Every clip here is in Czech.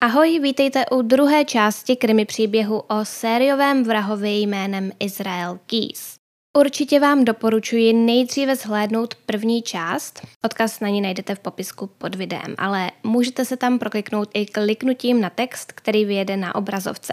Ahoj, vítejte u druhé části krimi příběhu o sériovém vrahovi jménem Israel Keyes. Určitě vám doporučuji nejdříve zhlédnout první část, odkaz na ní najdete v popisku pod videem, ale můžete se tam prokliknout i kliknutím na text, který vyjede na obrazovce.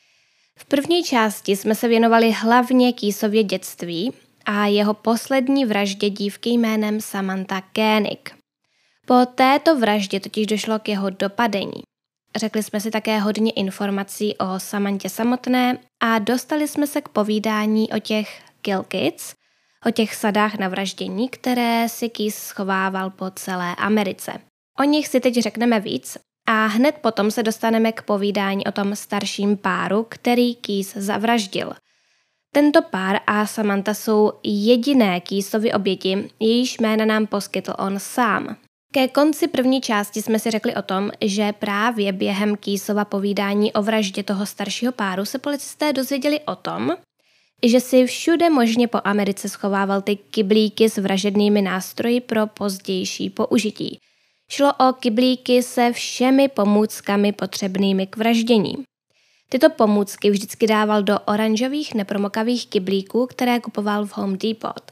V první části jsme se věnovali hlavně Keyesově dětství a jeho poslední vraždě dívky jménem Samantha Koenig. Po této vraždě totiž došlo k jeho dopadení. Řekli jsme si také hodně informací o Samantě samotné a dostali jsme se k povídání o těch kill kits, o těch sadách na vraždění, které si Keyes schovával po celé Americe. O nich si teď řekneme víc a hned potom se dostaneme k povídání o tom starším páru, který Keyes zavraždil. Tento pár a Samantha jsou jediné Keyesovy oběti, jejíž jména nám poskytl on sám. Ke konci první části jsme si řekli o tom, že právě během Keyesova povídání o vraždě toho staršího páru se policisté dozvěděli o tom, že si všude možně po Americe schovával ty kyblíky s vražednými nástroji pro pozdější použití. Šlo o kyblíky se všemi pomůckami potřebnými k vraždění. Tyto pomůcky vždycky dával do oranžových nepromokavých kyblíků, které kupoval v Home Depot.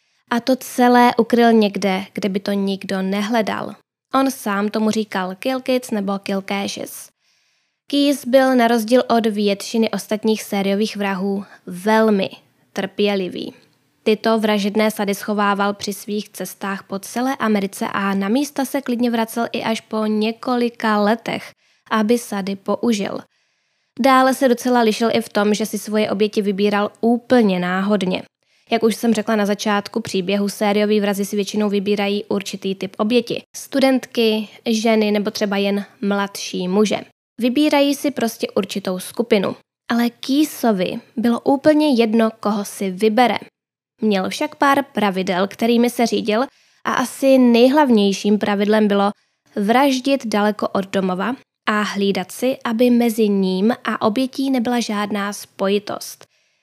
A to celé ukryl někde, kde by to nikdo nehledal. On sám tomu říkal kill kits nebo kill caches. Keyes byl na rozdíl od většiny ostatních sériových vrahů velmi trpělivý. Tyto vražedné sady schovával při svých cestách po celé Americe a na místa se klidně vracel i až po několika letech, aby sady použil. Dále se docela lišil i v tom, že si svoje oběti vybíral úplně náhodně. Jak už jsem řekla na začátku příběhu, sériový vrazi si většinou vybírají určitý typ oběti. Studentky, ženy nebo třeba jen mladší muže. Vybírají si prostě určitou skupinu. Ale Keyesovi bylo úplně jedno, koho si vybere. Měl však pár pravidel, kterými se řídil a asi nejhlavnějším pravidlem bylo vraždit daleko od domova a hlídat si, aby mezi ním a obětí nebyla žádná spojitost.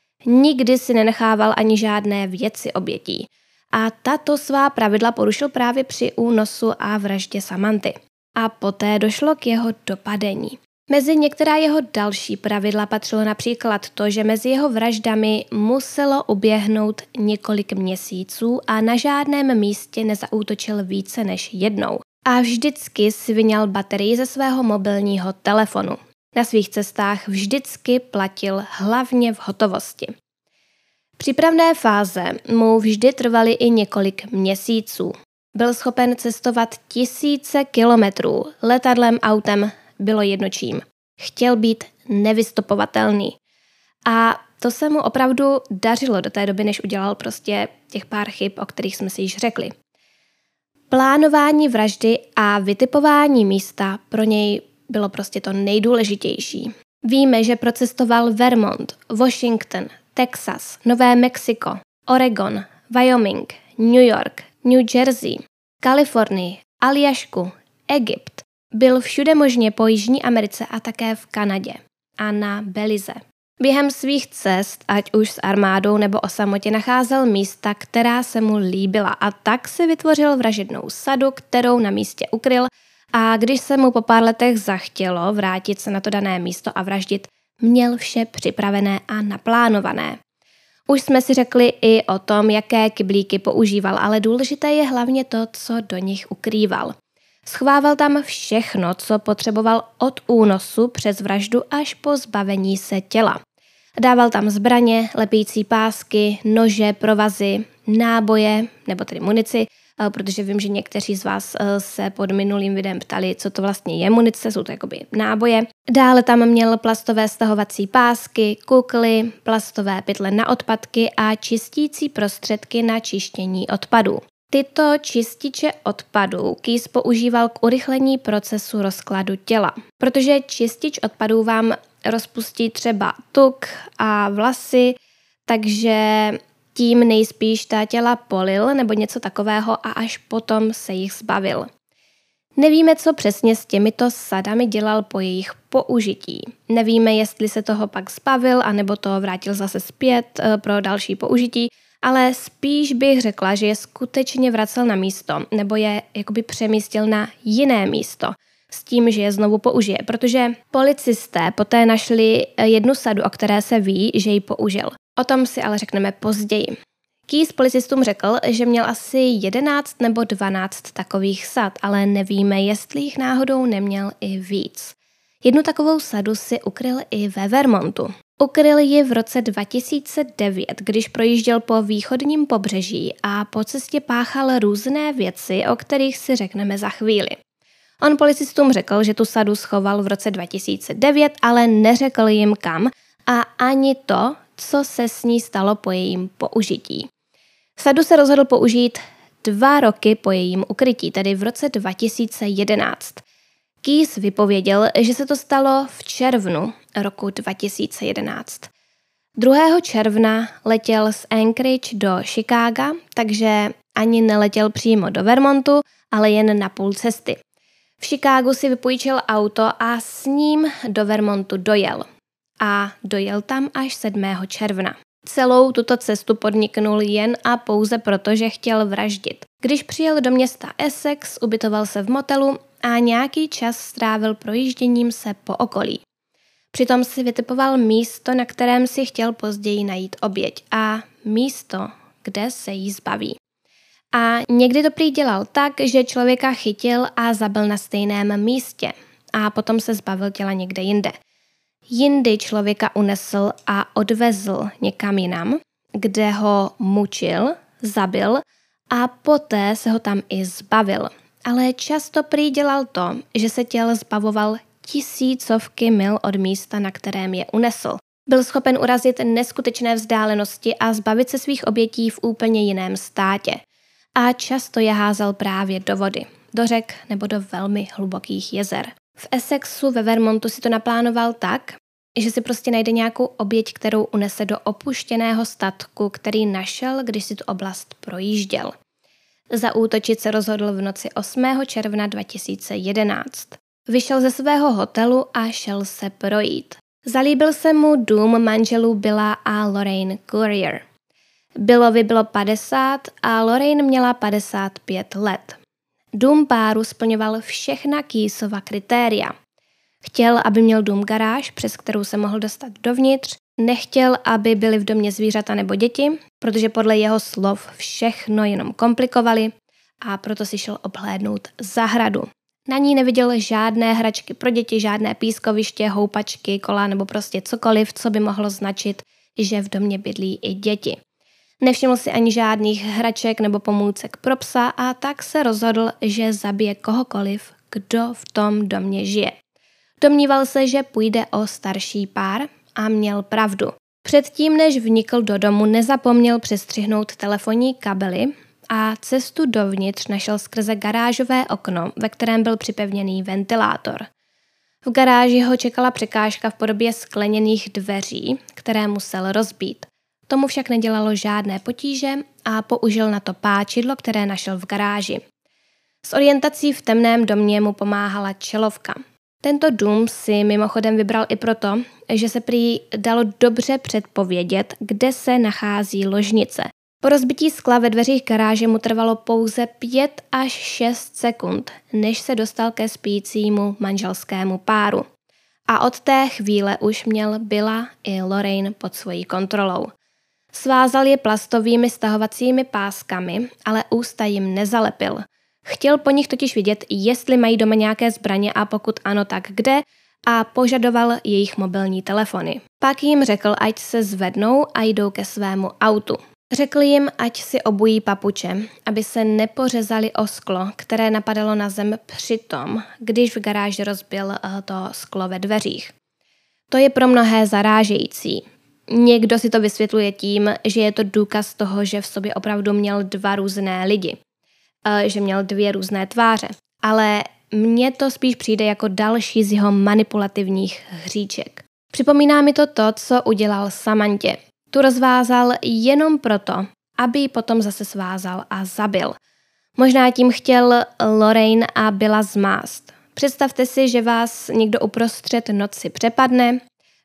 Nikdy si nenechával ani žádné věci obětí. A tato svá pravidla porušil právě při únosu a vraždě Samanthy. A poté došlo k jeho dopadení. Mezi některá jeho další pravidla patřilo například to, že mezi jeho vraždami muselo uběhnout několik měsíců a na žádném místě nezaútočil více než jednou. A vždycky si vyňal baterii ze svého mobilního telefonu. Na svých cestách vždycky platil hlavně v hotovosti. Přípravné fáze mu vždy trvaly i několik měsíců. Byl schopen cestovat tisíce kilometrů, letadlem, autem, bylo jedno čím. Chtěl být nevystopovatelný. A to se mu opravdu dařilo do té doby, než udělal prostě těch pár chyb, o kterých jsme si již řekli. Plánování vraždy a vytipování místa pro něj bylo prostě to nejdůležitější. Víme, že procestoval Vermont, Washington, Texas, Nové Mexiko, Oregon, Wyoming, New York, New Jersey, Kalifornii, Aljašku, Egypt. Byl všude možně po Jižní Americe a také v Kanadě a na Belize. Během svých cest, ať už s armádou nebo o samotě, nacházel místa, která se mu líbila a tak si vytvořil vražednou sadu, kterou na místě ukryl a když se mu po pár letech zachtělo vrátit se na to dané místo a vraždit, měl vše připravené a naplánované. Už jsme si řekli i o tom, jaké kyblíky používal, ale důležité je hlavně to, co do nich ukrýval. Schovával tam všechno, co potřeboval od únosu přes vraždu až po zbavení se těla. Dával tam zbraně, lepící pásky, nože, provazy, náboje, nebo tedy munici, protože vím, že někteří z vás se pod minulým videem ptali, co to vlastně je munice, jsou to jakoby náboje. Dále tam měl plastové stahovací pásky, kukly, plastové pytle na odpadky a čistící prostředky na čištění odpadů. Tyto čističe odpadů Keyes používal k urychlení procesu rozkladu těla, protože čistič odpadů vám rozpustí třeba tuk a vlasy, takže tím nejspíš ta těla polil nebo něco takového a až potom se jich zbavil. Nevíme, co přesně s těmito sadami dělal po jejich použití. Nevíme, jestli se toho pak zbavil, anebo to vrátil zase zpět pro další použití, ale spíš bych řekla, že je skutečně vracel na místo, nebo je jakoby přemístil na jiné místo. s tím, že je znovu použije, protože policisté poté našli jednu sadu, o které se ví, že ji použil. O tom si ale řekneme později. Keyes policistům řekl, že měl asi 11 nebo 12 takových sad, ale nevíme, jestli jich náhodou neměl i víc. Jednu takovou sadu si ukryl i ve Vermontu. Ukryl ji v roce 2009, když projížděl po východním pobřeží a po cestě páchal různé věci, o kterých si řekneme za chvíli. On policistům řekl, že tu sadu schoval v roce 2009, ale neřekl jim kam a ani to, co se s ní stalo po jejím použití. Sadu se rozhodl použít 2 roky po jejím ukrytí, tedy v roce 2011. Keyes vypověděl, že se to stalo v červnu roku 2011. 2. června letěl z Anchorage do Chicaga, takže ani neletěl přímo do Vermontu, ale jen na půl cesty. V Chicagu si vypůjčil auto a s ním do Vermontu dojel. A dojel tam až 7. června. Celou tuto cestu podniknul jen a pouze proto, že chtěl vraždit. Když přijel do města Essex, ubytoval se v motelu a nějaký čas strávil projížděním se po okolí. Přitom si vytipoval místo, na kterém si chtěl později najít oběť a místo, kde se jí zbaví. A někdy to prý dělal tak, že člověka chytil a zabil na stejném místě a potom se zbavil těla někde jinde. Jindy člověka unesl a odvezl někam jinam, kde ho mučil, zabil a poté se ho tam i zbavil. Ale často prý dělal to, že se těl zbavoval tisícovky mil od místa, na kterém je unesl. Byl schopen urazit neskutečné vzdálenosti a zbavit se svých obětí v úplně jiném státě. A často je házel právě do vody, do řek nebo do velmi hlubokých jezer. V Essexu ve Vermontu si to naplánoval tak, že si prostě najde nějakou oběť, kterou unese do opuštěného statku, který našel, když si tu oblast projížděl. Zaútočit se rozhodl v noci 8. června 2011. Vyšel ze svého hotelu a šel se projít. Zalíbil se mu dům manželů Billa a Lorraine Currier. Billovi bylo 50 a Lorraine měla 55 let. Dům páru splňoval všechna Keyesova kritéria. Chtěl, aby měl dům garáž, přes kterou se mohl dostat dovnitř. Nechtěl, aby byly v domě zvířata nebo děti, protože podle jeho slov všechno jenom komplikovali a proto si šel obhlédnout zahradu. Na ní neviděl žádné hračky pro děti, žádné pískoviště, houpačky, kola nebo prostě cokoliv, co by mohlo značit, že v domě bydlí i děti. Nevšiml si ani žádných hraček nebo pomůcek pro psa a tak se rozhodl, že zabije kohokoliv, kdo v tom domě žije. Domníval se, že půjde o starší pár a měl pravdu. Předtím, než vnikl do domu, nezapomněl přestřihnout telefonní kabely a cestu dovnitř našel skrze garážové okno, ve kterém byl připevněný ventilátor. V garáži ho čekala překážka v podobě skleněných dveří, které musel rozbít. Tomu však nedělalo žádné potíže a použil na to páčidlo, které našel v garáži. S orientací v temném domě mu pomáhala čelovka. Tento dům si mimochodem vybral i proto, že se prý dalo dobře předpovědět, kde se nachází ložnice. Po rozbití skla ve dveřích garáže mu trvalo pouze 5 až 6 sekund, než se dostal ke spícímu manželskému páru. A od té chvíle už měl Billa i Lorraine pod svojí kontrolou. Svázal je plastovými stahovacími páskami, ale ústa jim nezalepil. Chtěl po nich totiž vidět, jestli mají doma nějaké zbraně a pokud ano, tak kde, a požadoval jejich mobilní telefony. Pak jim řekl, ať se zvednou a jdou ke svému autu. Řekl jim, ať si obují papuče, aby se nepořezali o sklo, které napadalo na zem přitom, když v garáži rozbil to sklo ve dveřích. To je pro mnohé zarážející. Někdo si to vysvětluje tím, že je to důkaz toho, že v sobě opravdu měl 2 různé lidi. Že měl 2 různé tváře. Ale mně to spíš přijde jako další z jeho manipulativních hříček. Připomíná mi to, co udělal Samantě. Tu rozvázal jenom proto, aby ji potom zase svázal a zabil. Možná tím chtěl Lorraine a Billa zmást. Představte si, že vás někdo uprostřed noci přepadne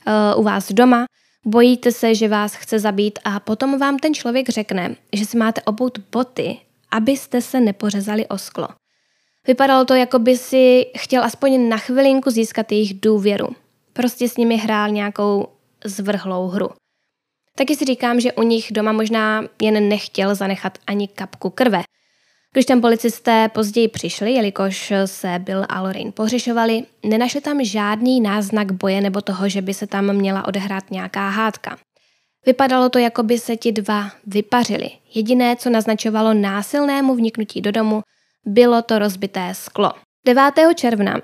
u vás doma, bojíte se, že vás chce zabít a potom vám ten člověk řekne, že si máte obout boty, abyste se nepořezali o sklo. Vypadalo to, jako by si chtěl aspoň na chvilinku získat jejich důvěru. Prostě s nimi hrál nějakou zvrhlou hru. Taky si říkám, že u nich doma možná jen nechtěl zanechat ani kapku krve. Když tam policisté později přišli, jelikož se Bill a Lorraine pohřešovali, nenašli tam žádný náznak boje nebo toho, že by se tam měla odehrát nějaká hádka. Vypadalo to, jako by se ti dva vypařili. Jediné, co naznačovalo násilnému vniknutí do domu, bylo to rozbité sklo. 9. června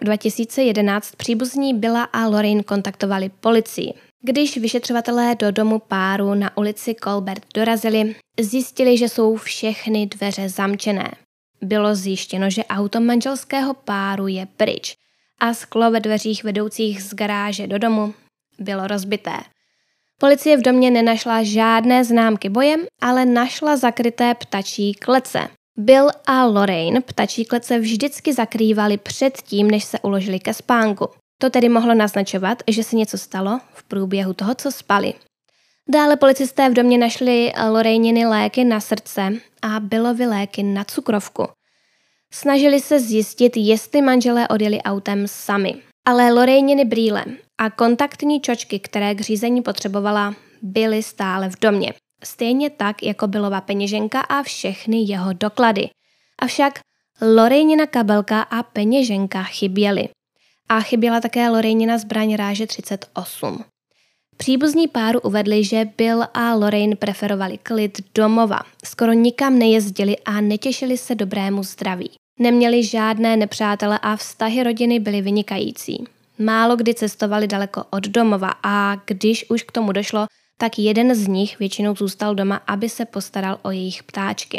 2011 příbuzní Billa a Lorraine kontaktovali policii. Když vyšetřovatelé do domu páru na ulici Colbert dorazili, zjistili, že jsou všechny dveře zamčené. Bylo zjištěno, že auto manželského páru je pryč a sklo ve dveřích vedoucích z garáže do domu bylo rozbité. Policie v domě nenašla žádné známky boje, ale našla zakryté ptačí klece. Bill a Lorraine ptačí klece vždycky zakrývali před tím, než se uložili ke spánku. To tedy mohlo naznačovat, že se něco stalo v průběhu toho, co spali. Dále policisté v domě našli Lorraininy léky na srdce a Billovy léky na cukrovku. Snažili se zjistit, jestli manželé odjeli autem sami. Ale Lorraininy brýle a kontaktní čočky, které k řízení potřebovala, byly stále v domě. Stejně tak jako Billova peněženka a všechny jeho doklady. Avšak Lorrainina kabelka a peněženka chyběly. A chyběla také Lorrainina zbraň ráže 38. Příbuzní páru uvedli, že Bill a Lorraine preferovali klid domova. Skoro nikam nejezdili a netěšili se dobrému zdraví. Neměli žádné nepřátele a vztahy rodiny byly vynikající. Málo kdy cestovali daleko od domova a když už k tomu došlo, tak jeden z nich většinou zůstal doma, aby se postaral o jejich ptáčky.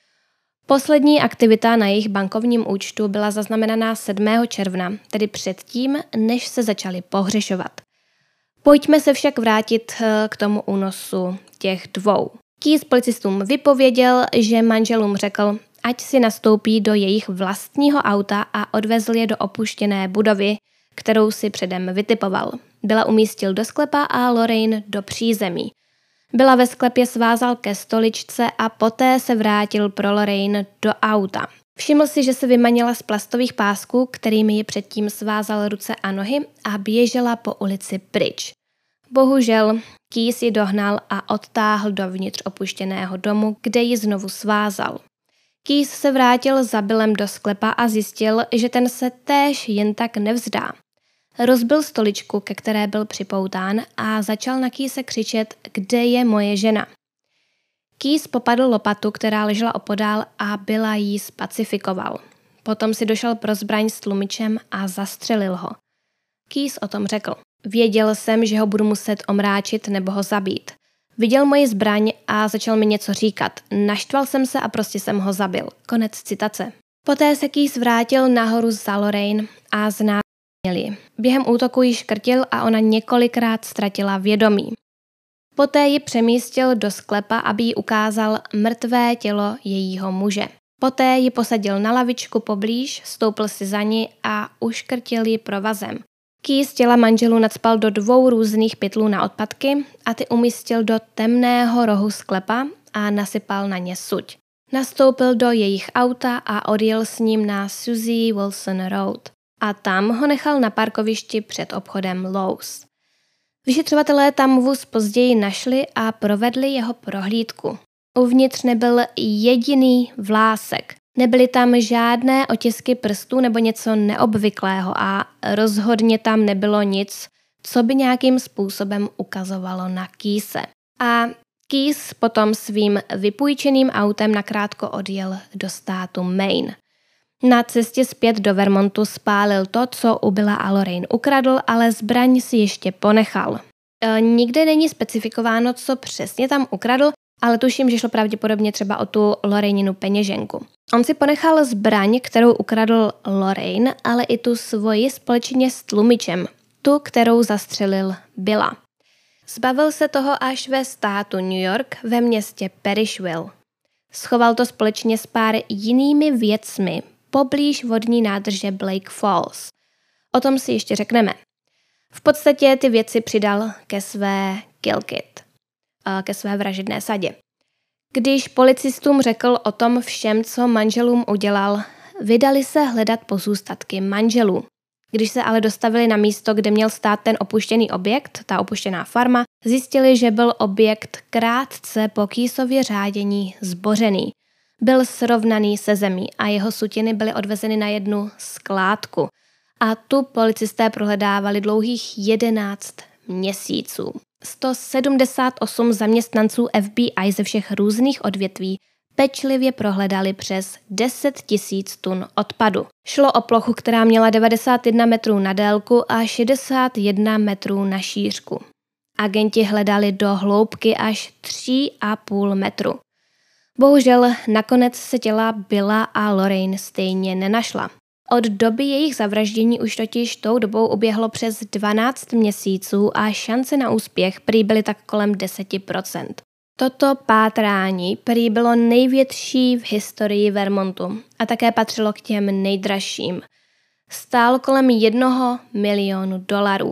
Poslední aktivita na jejich bankovním účtu byla zaznamenaná 7. června, tedy předtím, než se začali pohřešovat. Pojďme se však vrátit k tomu únosu těch dvou. Keith policistům vypověděl, že manželům řekl, ať si nastoupí do jejich vlastního auta a odvezl je do opuštěné budovy, kterou si předem vytipoval. Billa umístil do sklepa a Lorraine do přízemí. Billa ve sklepě svázal ke stoličce a poté se vrátil pro Lorraine do auta. Všiml si, že se vymanila z plastových pásků, kterými ji předtím svázal ruce a nohy a běžela po ulici pryč. Bohužel, Keith ji dohnal a odtáhl dovnitř opuštěného domu, kde ji znovu svázal. Keith se vrátil za Billem do sklepa a zjistil, že ten se též jen tak nevzdá. Rozbil stoličku, ke které byl připoután a začal na Keithe křičet, kde je moje žena. Keith popadl lopatu, která ležela opodál a Billa jí spacifikoval. Potom si došel pro zbraň s tlumičem a zastřelil ho. Keith o tom řekl. Věděl jsem, že ho budu muset omráčit nebo ho zabít. Viděl moji zbraň a začal mi něco říkat. Naštval jsem se a prostě jsem ho zabil. Konec citace. Poté se Keith vrátil nahoru za Lorraine a znásilnil. Během útoku ji škrtil a ona několikrát ztratila vědomí. Poté ji přemístil do sklepa, aby jí ukázal mrtvé tělo jejího muže. Poté ji posadil na lavičku poblíž, stoupil si za ní a uškrtil ji provazem. Keith těla manželů nacpal do 2 různých pytlů na odpadky a ty umístil do temného rohu sklepa a nasypal na ně suď. Nastoupil do jejich auta a odjel s ním na Suzy Wilson Road. A tam ho nechal na parkovišti před obchodem Lowe's. Vyšetřovatelé tam vůz později našli a provedli jeho prohlídku. Uvnitř nebyl jediný vlásek. Nebyly tam žádné otisky prstů nebo něco neobvyklého a rozhodně tam nebylo nic, co by nějakým způsobem ukazovalo na Keithe. A Keith potom svým vypůjčeným autem nakrátko odjel do státu Maine. Na cestě zpět do Vermontu spálil to, co u Billa a Lorraine ukradl, ale zbraň si ještě ponechal. Nikde není specifikováno, co přesně tam ukradl, ale tuším, že šlo pravděpodobně třeba o tu Lorraininu peněženku. On si ponechal zbraň, kterou ukradl Lorraine, ale i tu svoji společně s tlumičem, tu, kterou zastřelil Billa. Zbavil se toho až ve státu New York ve městě Perishville. Schoval to společně s pár jinými věcmi poblíž vodní nádrže Blake Falls. O tom si ještě řekneme. V podstatě ty věci přidal ke své kill kit, ke své vražedné sadě. Když policistům řekl o tom všem, co manželům udělal, vydali se hledat pozůstatky manželů. Když se ale dostavili na místo, kde měl stát ten opuštěný objekt, ta opuštěná farma, zjistili, že byl objekt krátce po Keysově řádění zbořený. Byl srovnaný se zemí a jeho sutiny byly odvezeny na jednu skládku. A tu policisté prohledávali dlouhých 11 měsíců. 178 zaměstnanců FBI ze všech různých odvětví pečlivě prohledali přes 10 000 tun odpadu. Šlo o plochu, která měla 91 metrů na délku a 61 metrů na šířku. Agenti hledali do hloubky až 3,5 metru. Bohužel nakonec se těla Billa a Lorraine stejně nenašla. Od doby jejich zavraždění už totiž tou dobou uběhlo přes 12 měsíců a šance na úspěch prý byly tak kolem 10%. Toto pátrání prý bylo největší v historii Vermontu a také patřilo k těm nejdražším. Stál kolem $1 milionu.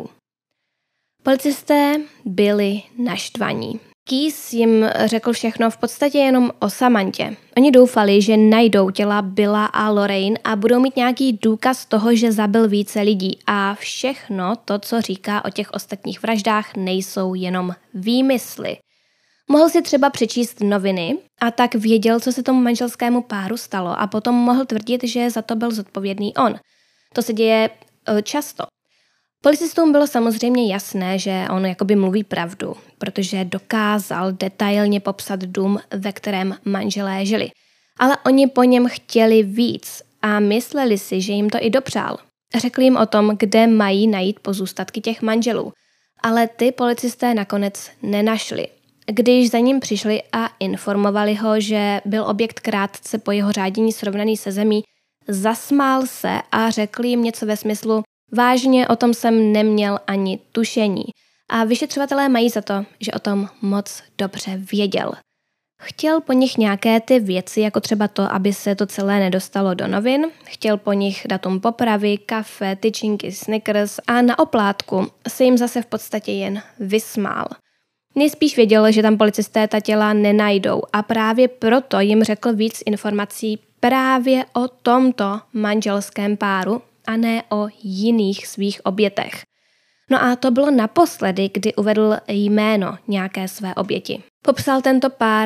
Policisté byli naštvaní. Keys jim řekl všechno v podstatě jenom o Samantě. Oni doufali, že najdou těla Billa a Lorraine a budou mít nějaký důkaz toho, že zabil více lidí. A všechno to, co říká o těch ostatních vraždách, nejsou jenom výmysly. Mohl si třeba přečíst noviny a tak věděl, co se tomu manželskému páru stalo a potom mohl tvrdit, že za to byl zodpovědný on. To se děje často. Policistům bylo samozřejmě jasné, že on jakoby mluví pravdu, protože dokázal detailně popsat dům, ve kterém manželé žili. Ale oni po něm chtěli víc a mysleli si, že jim to i dopřál. Řekli jim o tom, kde mají najít pozůstatky těch manželů, ale ty policisté nakonec nenašli. Když za ním přišli a informovali ho, že byl objekt krátce po jeho řádění srovnaný se zemí, zasmál se a řekl jim něco ve smyslu: vážně, o tom jsem neměl ani tušení. A vyšetřovatelé mají za to, že o tom moc dobře věděl. Chtěl po nich nějaké ty věci, jako třeba to, aby se to celé nedostalo do novin. Chtěl po nich datum popravy, kafe, tyčinky, Snickers a na oplátku se jim zase v podstatě jen vysmál. Nejspíš věděl, že tam policisté ta těla nenajdou a právě proto jim řekl víc informací právě o tomto manželském páru a ne o jiných svých obětech. No a to bylo naposledy, kdy uvedl jméno nějaké své oběti. Popsal tento pár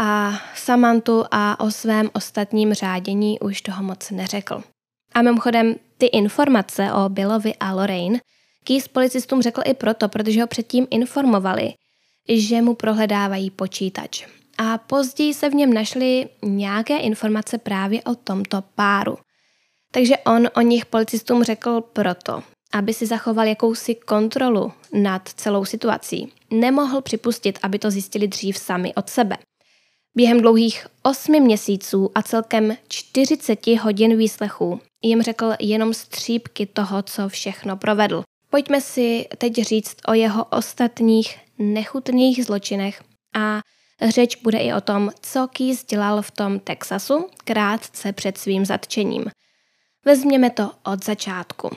a Samantu a o svém ostatním řádění už toho moc neřekl. A mimochodem ty informace o Billovi a Lorraine Keys policistům řekl i proto, protože ho předtím informovali, že mu prohledávají počítač. A později se v něm našly nějaké informace právě o tomto páru. Takže on o nich policistům řekl proto, aby si zachoval jakousi kontrolu nad celou situací. Nemohl připustit, aby to zjistili dřív sami od sebe. Během dlouhých 8 měsíců a celkem 40 hodin výslechů jim řekl jenom střípky toho, co všechno provedl. Pojďme si teď říct o jeho ostatních nechutných zločinech a řeč bude i o tom, co Keys dělal v tom Texasu krátce před svým zatčením. Vezměme to od začátku.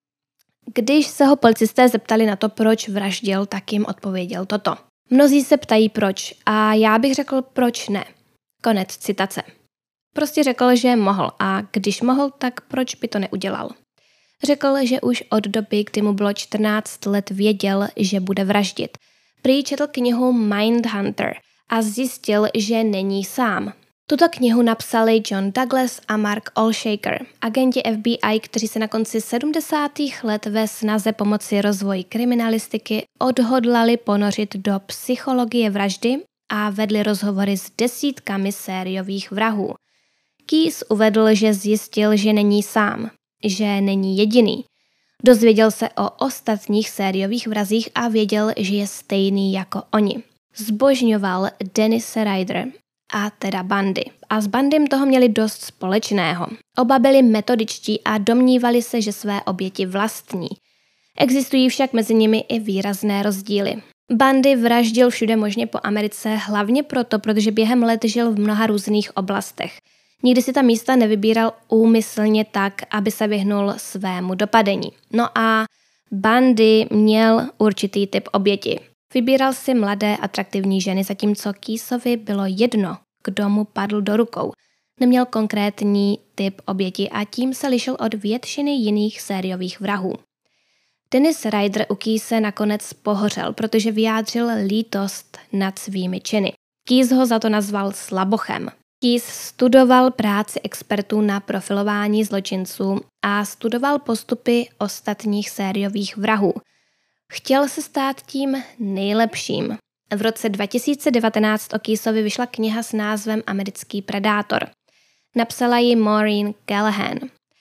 Když se ho policisté zeptali na to, proč vraždil, tak jim odpověděl toto. Mnozí se ptají proč a já bych řekl proč ne. Konec citace. Prostě řekl, že mohl a když mohl, tak proč by to neudělal. Řekl, že už od doby, kdy mu bylo 14 let, věděl, že bude vraždit. Prý četl knihu Mindhunter a zjistil, že není sám. Tuto knihu napsali John Douglas a Mark Olshaker, agenti FBI, kteří se na konci 70. let ve snaze pomoci rozvoji kriminalistiky odhodlali ponořit do psychologie vraždy a vedli rozhovory s desítkami sériových vrahů. Keys uvedl, že zjistil, že není sám, že není jediný. Dozvěděl se o ostatních sériových vrazích a věděl, že je stejný jako oni. Zbožňoval Dennise Rydera, a teda Bundy. A s Bundym toho měli dost společného. Oba byli metodičtí a domnívali se, že své oběti vlastní. Existují však mezi nimi i výrazné rozdíly. Bundy vraždil všude možně po Americe hlavně proto, protože během let žil v mnoha různých oblastech. Nikdy si ta místa nevybíral úmyslně tak, aby se vyhnul svému dopadení. No a Bundy měl určitý typ oběti. Vybíral si mladé, atraktivní ženy, zatímco Keysovi bylo jedno, kdo mu padl do rukou. Neměl konkrétní typ oběti a tím se lišil od většiny jiných sériových vrahů. Dennis Rader u Keyese nakonec pohořel, protože vyjádřil lítost nad svými činy. Keyes ho za to nazval slabochem. Keyes studoval práci expertů na profilování zločinců a studoval postupy ostatních sériových vrahů. Chtěl se stát tím nejlepším. V roce 2019 o Keyesovi vyšla kniha s názvem Americký predátor. Napsala ji Maureen Callahan.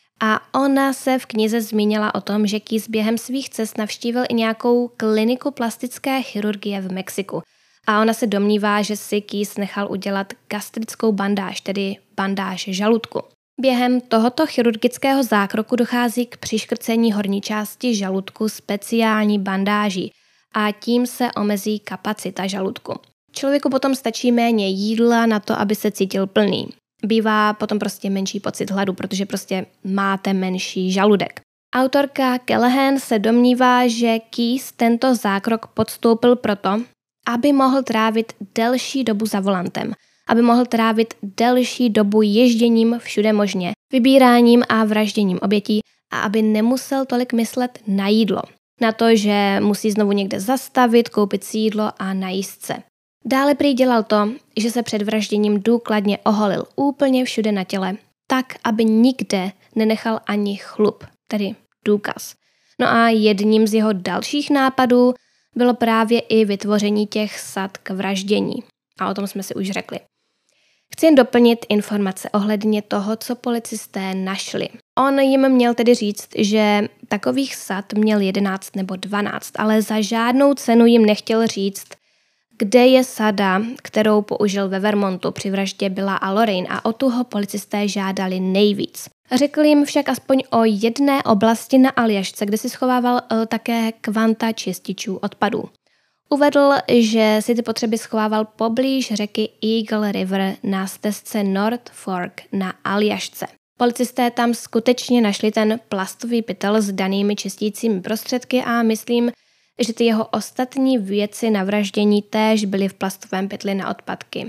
A ona se v knize zmínila o tom, že Keyes během svých cest navštívil i nějakou kliniku plastické chirurgie v Mexiku. A ona se domnívá, že si Keyes nechal udělat gastrickou bandáž, tedy bandáž žaludku. Během tohoto chirurgického zákroku dochází k přiškrcení horní části žaludku speciální bandáží a tím se omezí kapacita žaludku. Člověku potom stačí méně jídla na to, aby se cítil plný. Bývá potom prostě menší pocit hladu, protože prostě máte menší žaludek. Autorka Callahan se domnívá, že Keyes tento zákrok podstoupil proto, aby mohl trávit delší dobu za volantem, aby mohl trávit delší dobu ježděním všude možně, vybíráním a vražděním obětí a aby nemusel tolik myslet na jídlo. Na to, že musí znovu někde zastavit, koupit si jídlo a najíst se. Dále prý dělal to, že se před vražděním důkladně oholil úplně všude na těle, tak, aby nikde nenechal ani chlup, tedy důkaz. No a jedním z jeho dalších nápadů bylo právě i vytvoření těch sad k vraždění. A o tom jsme si už řekli. Chci jen doplnit informace ohledně toho, co policisté našli. On jim měl tedy říct, že takových sad měl 11 nebo 12, ale za žádnou cenu jim nechtěl říct, kde je sada, kterou použil ve Vermontu při vraždě Billa a Lorraine a o tu ho policisté žádali nejvíc. Řekl jim však aspoň o jedné oblasti na Aljašce, kde si schovával také kvanta čističů odpadů. Uvedl, že si ty potřeby schovával poblíž řeky Eagle River na stezce North Fork na Aljašce. Policisté tam skutečně našli ten plastový pytel s danými čistícími prostředky a myslím, že ty jeho ostatní věci na vraždění též byly v plastovém pytli na odpadky.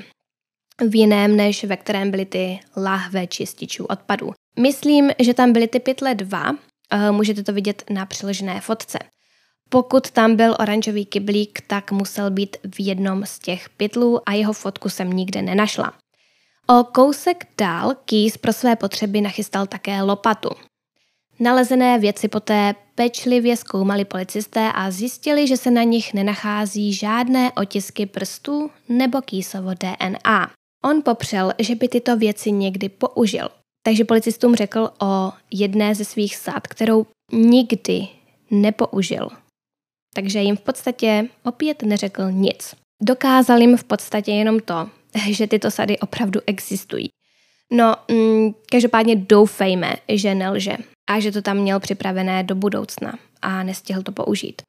V jiném, než ve kterém byly ty lahve čističů odpadů. Myslím, že tam byly ty pytle 2, můžete to vidět na přiložené fotce. Pokud tam byl oranžový kyblík, tak musel být v jednom z těch pytlů a jeho fotku jsem nikde nenašla. O kousek dál Keyes pro své potřeby nachystal také lopatu. Nalezené věci poté pečlivě zkoumali policisté a zjistili, že se na nich nenachází žádné otisky prstů nebo Keyesovo DNA. On popřel, že by tyto věci někdy použil, takže policistům řekl o jedné ze svých sad, kterou nikdy nepoužil. Takže jim v podstatě opět neřekl nic. Dokázal jim v podstatě jenom to, že tyto sady opravdu existují. No, každopádně doufejme, že nelže a že to tam měl připravené do budoucna a nestihl to použít.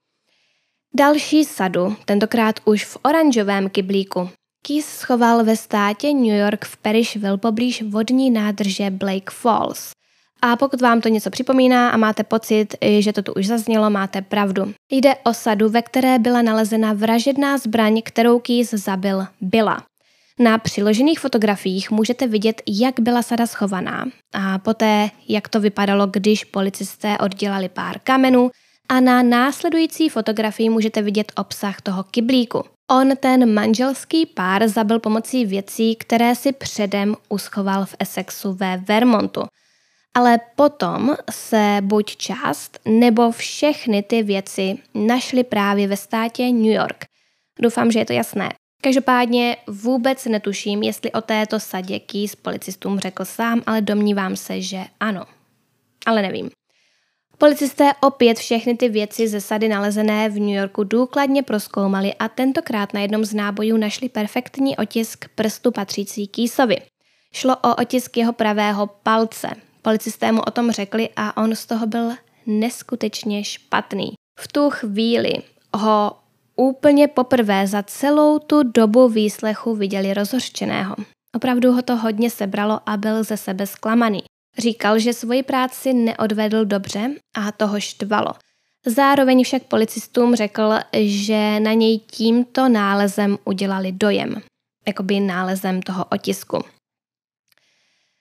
Další sadu, tentokrát už v oranžovém kyblíku, Keyes schoval ve státě New York v Parrishville poblíž vodní nádrže Blake Falls. A pokud vám to něco připomíná a máte pocit, že to tu už zaznělo, máte pravdu. Jde o sadu, ve které byla nalezena vražedná zbraň, kterou Keyes zabil Billa. Na přiložených fotografiích můžete vidět, jak byla sada schovaná a poté, jak to vypadalo, když policisté oddělali pár kamenů a na následující fotografii můžete vidět obsah toho kyblíku. On ten manželský pár zabil pomocí věcí, které si předem uschoval v Essexu ve Vermontu. Ale potom se buď část nebo všechny ty věci našly právě ve státě New York. Doufám, že je to jasné. Každopádně vůbec netuším, jestli o této sadě Keyes policistům řekl sám, ale domnívám se, že ano. Ale nevím. Policisté opět všechny ty věci ze sady nalezené v New Yorku důkladně prozkoumali a tentokrát na jednom z nábojů našli perfektní otisk prstu patřící Keyesovi. Šlo o otisk jeho pravého palce. Policisté mu o tom řekli a on z toho byl neskutečně špatný. V tu chvíli ho úplně poprvé za celou tu dobu výslechu viděli rozhořčeného. Opravdu ho to hodně sebralo a byl ze sebe zklamaný. Říkal, že svoji práci neodvedl dobře a toho štvalo. Zároveň však policistům řekl, že na něj tímto nálezem udělali dojem. Jakoby nálezem toho otisku.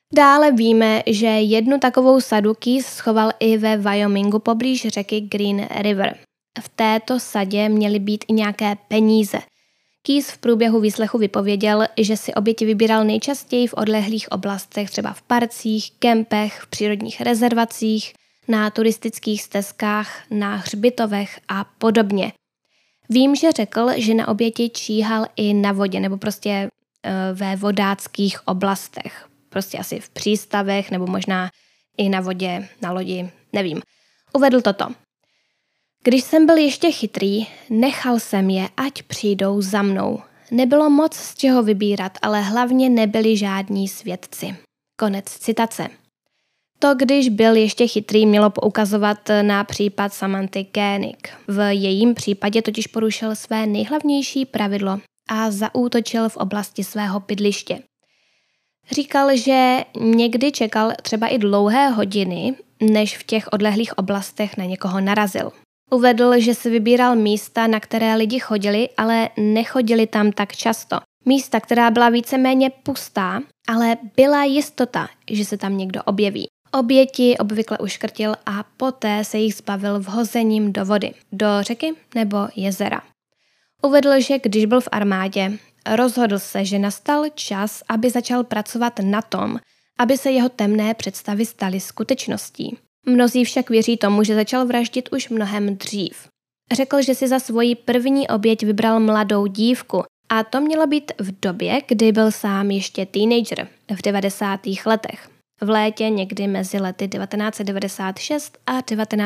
Dále víme, že jednu takovou sadu Keyes schoval i ve Wyomingu poblíž řeky Green River. V této sadě měly být i nějaké peníze. Keyes v průběhu výslechu vypověděl, že si oběti vybíral nejčastěji v odlehlých oblastech, třeba v parcích, kempech, v přírodních rezervacích, na turistických stezkách, na hřbitovech a podobně. Vím, že řekl, že na oběti číhal i na vodě, nebo prostě ve vodáckých oblastech. Prostě asi v přístavech, nebo možná i na vodě, na lodi, nevím. Uvedl toto. Když jsem byl ještě chytrý, nechal jsem je, ať přijdou za mnou. Nebylo moc z čeho vybírat, ale hlavně nebyli žádní svědci. Konec citace. To, když byl ještě chytrý, mělo poukazovat na případ Samanthy Koenig. V jejím případě totiž porušil své nejhlavnější pravidlo a zaútočil v oblasti svého bydliště. Říkal, že někdy čekal třeba i dlouhé hodiny, než v těch odlehlých oblastech na někoho narazil. Uvedl, že si vybíral místa, na které lidi chodili, ale nechodili tam tak často. Místa, která byla víceméně pustá, ale byla jistota, že se tam někdo objeví. Oběti obvykle uškrtil a poté se jich zbavil vhozením do vody, do řeky nebo jezera. Uvedl, že když byl v armádě, rozhodl se, že nastal čas, aby začal pracovat na tom, aby se jeho temné představy staly skutečností. Mnozí však věří tomu, že začal vraždit už mnohem dřív. Řekl, že si za svoji první oběť vybral mladou dívku a to mělo být v době, kdy byl sám ještě teenager, v 90. letech. V létě někdy mezi lety 1996 a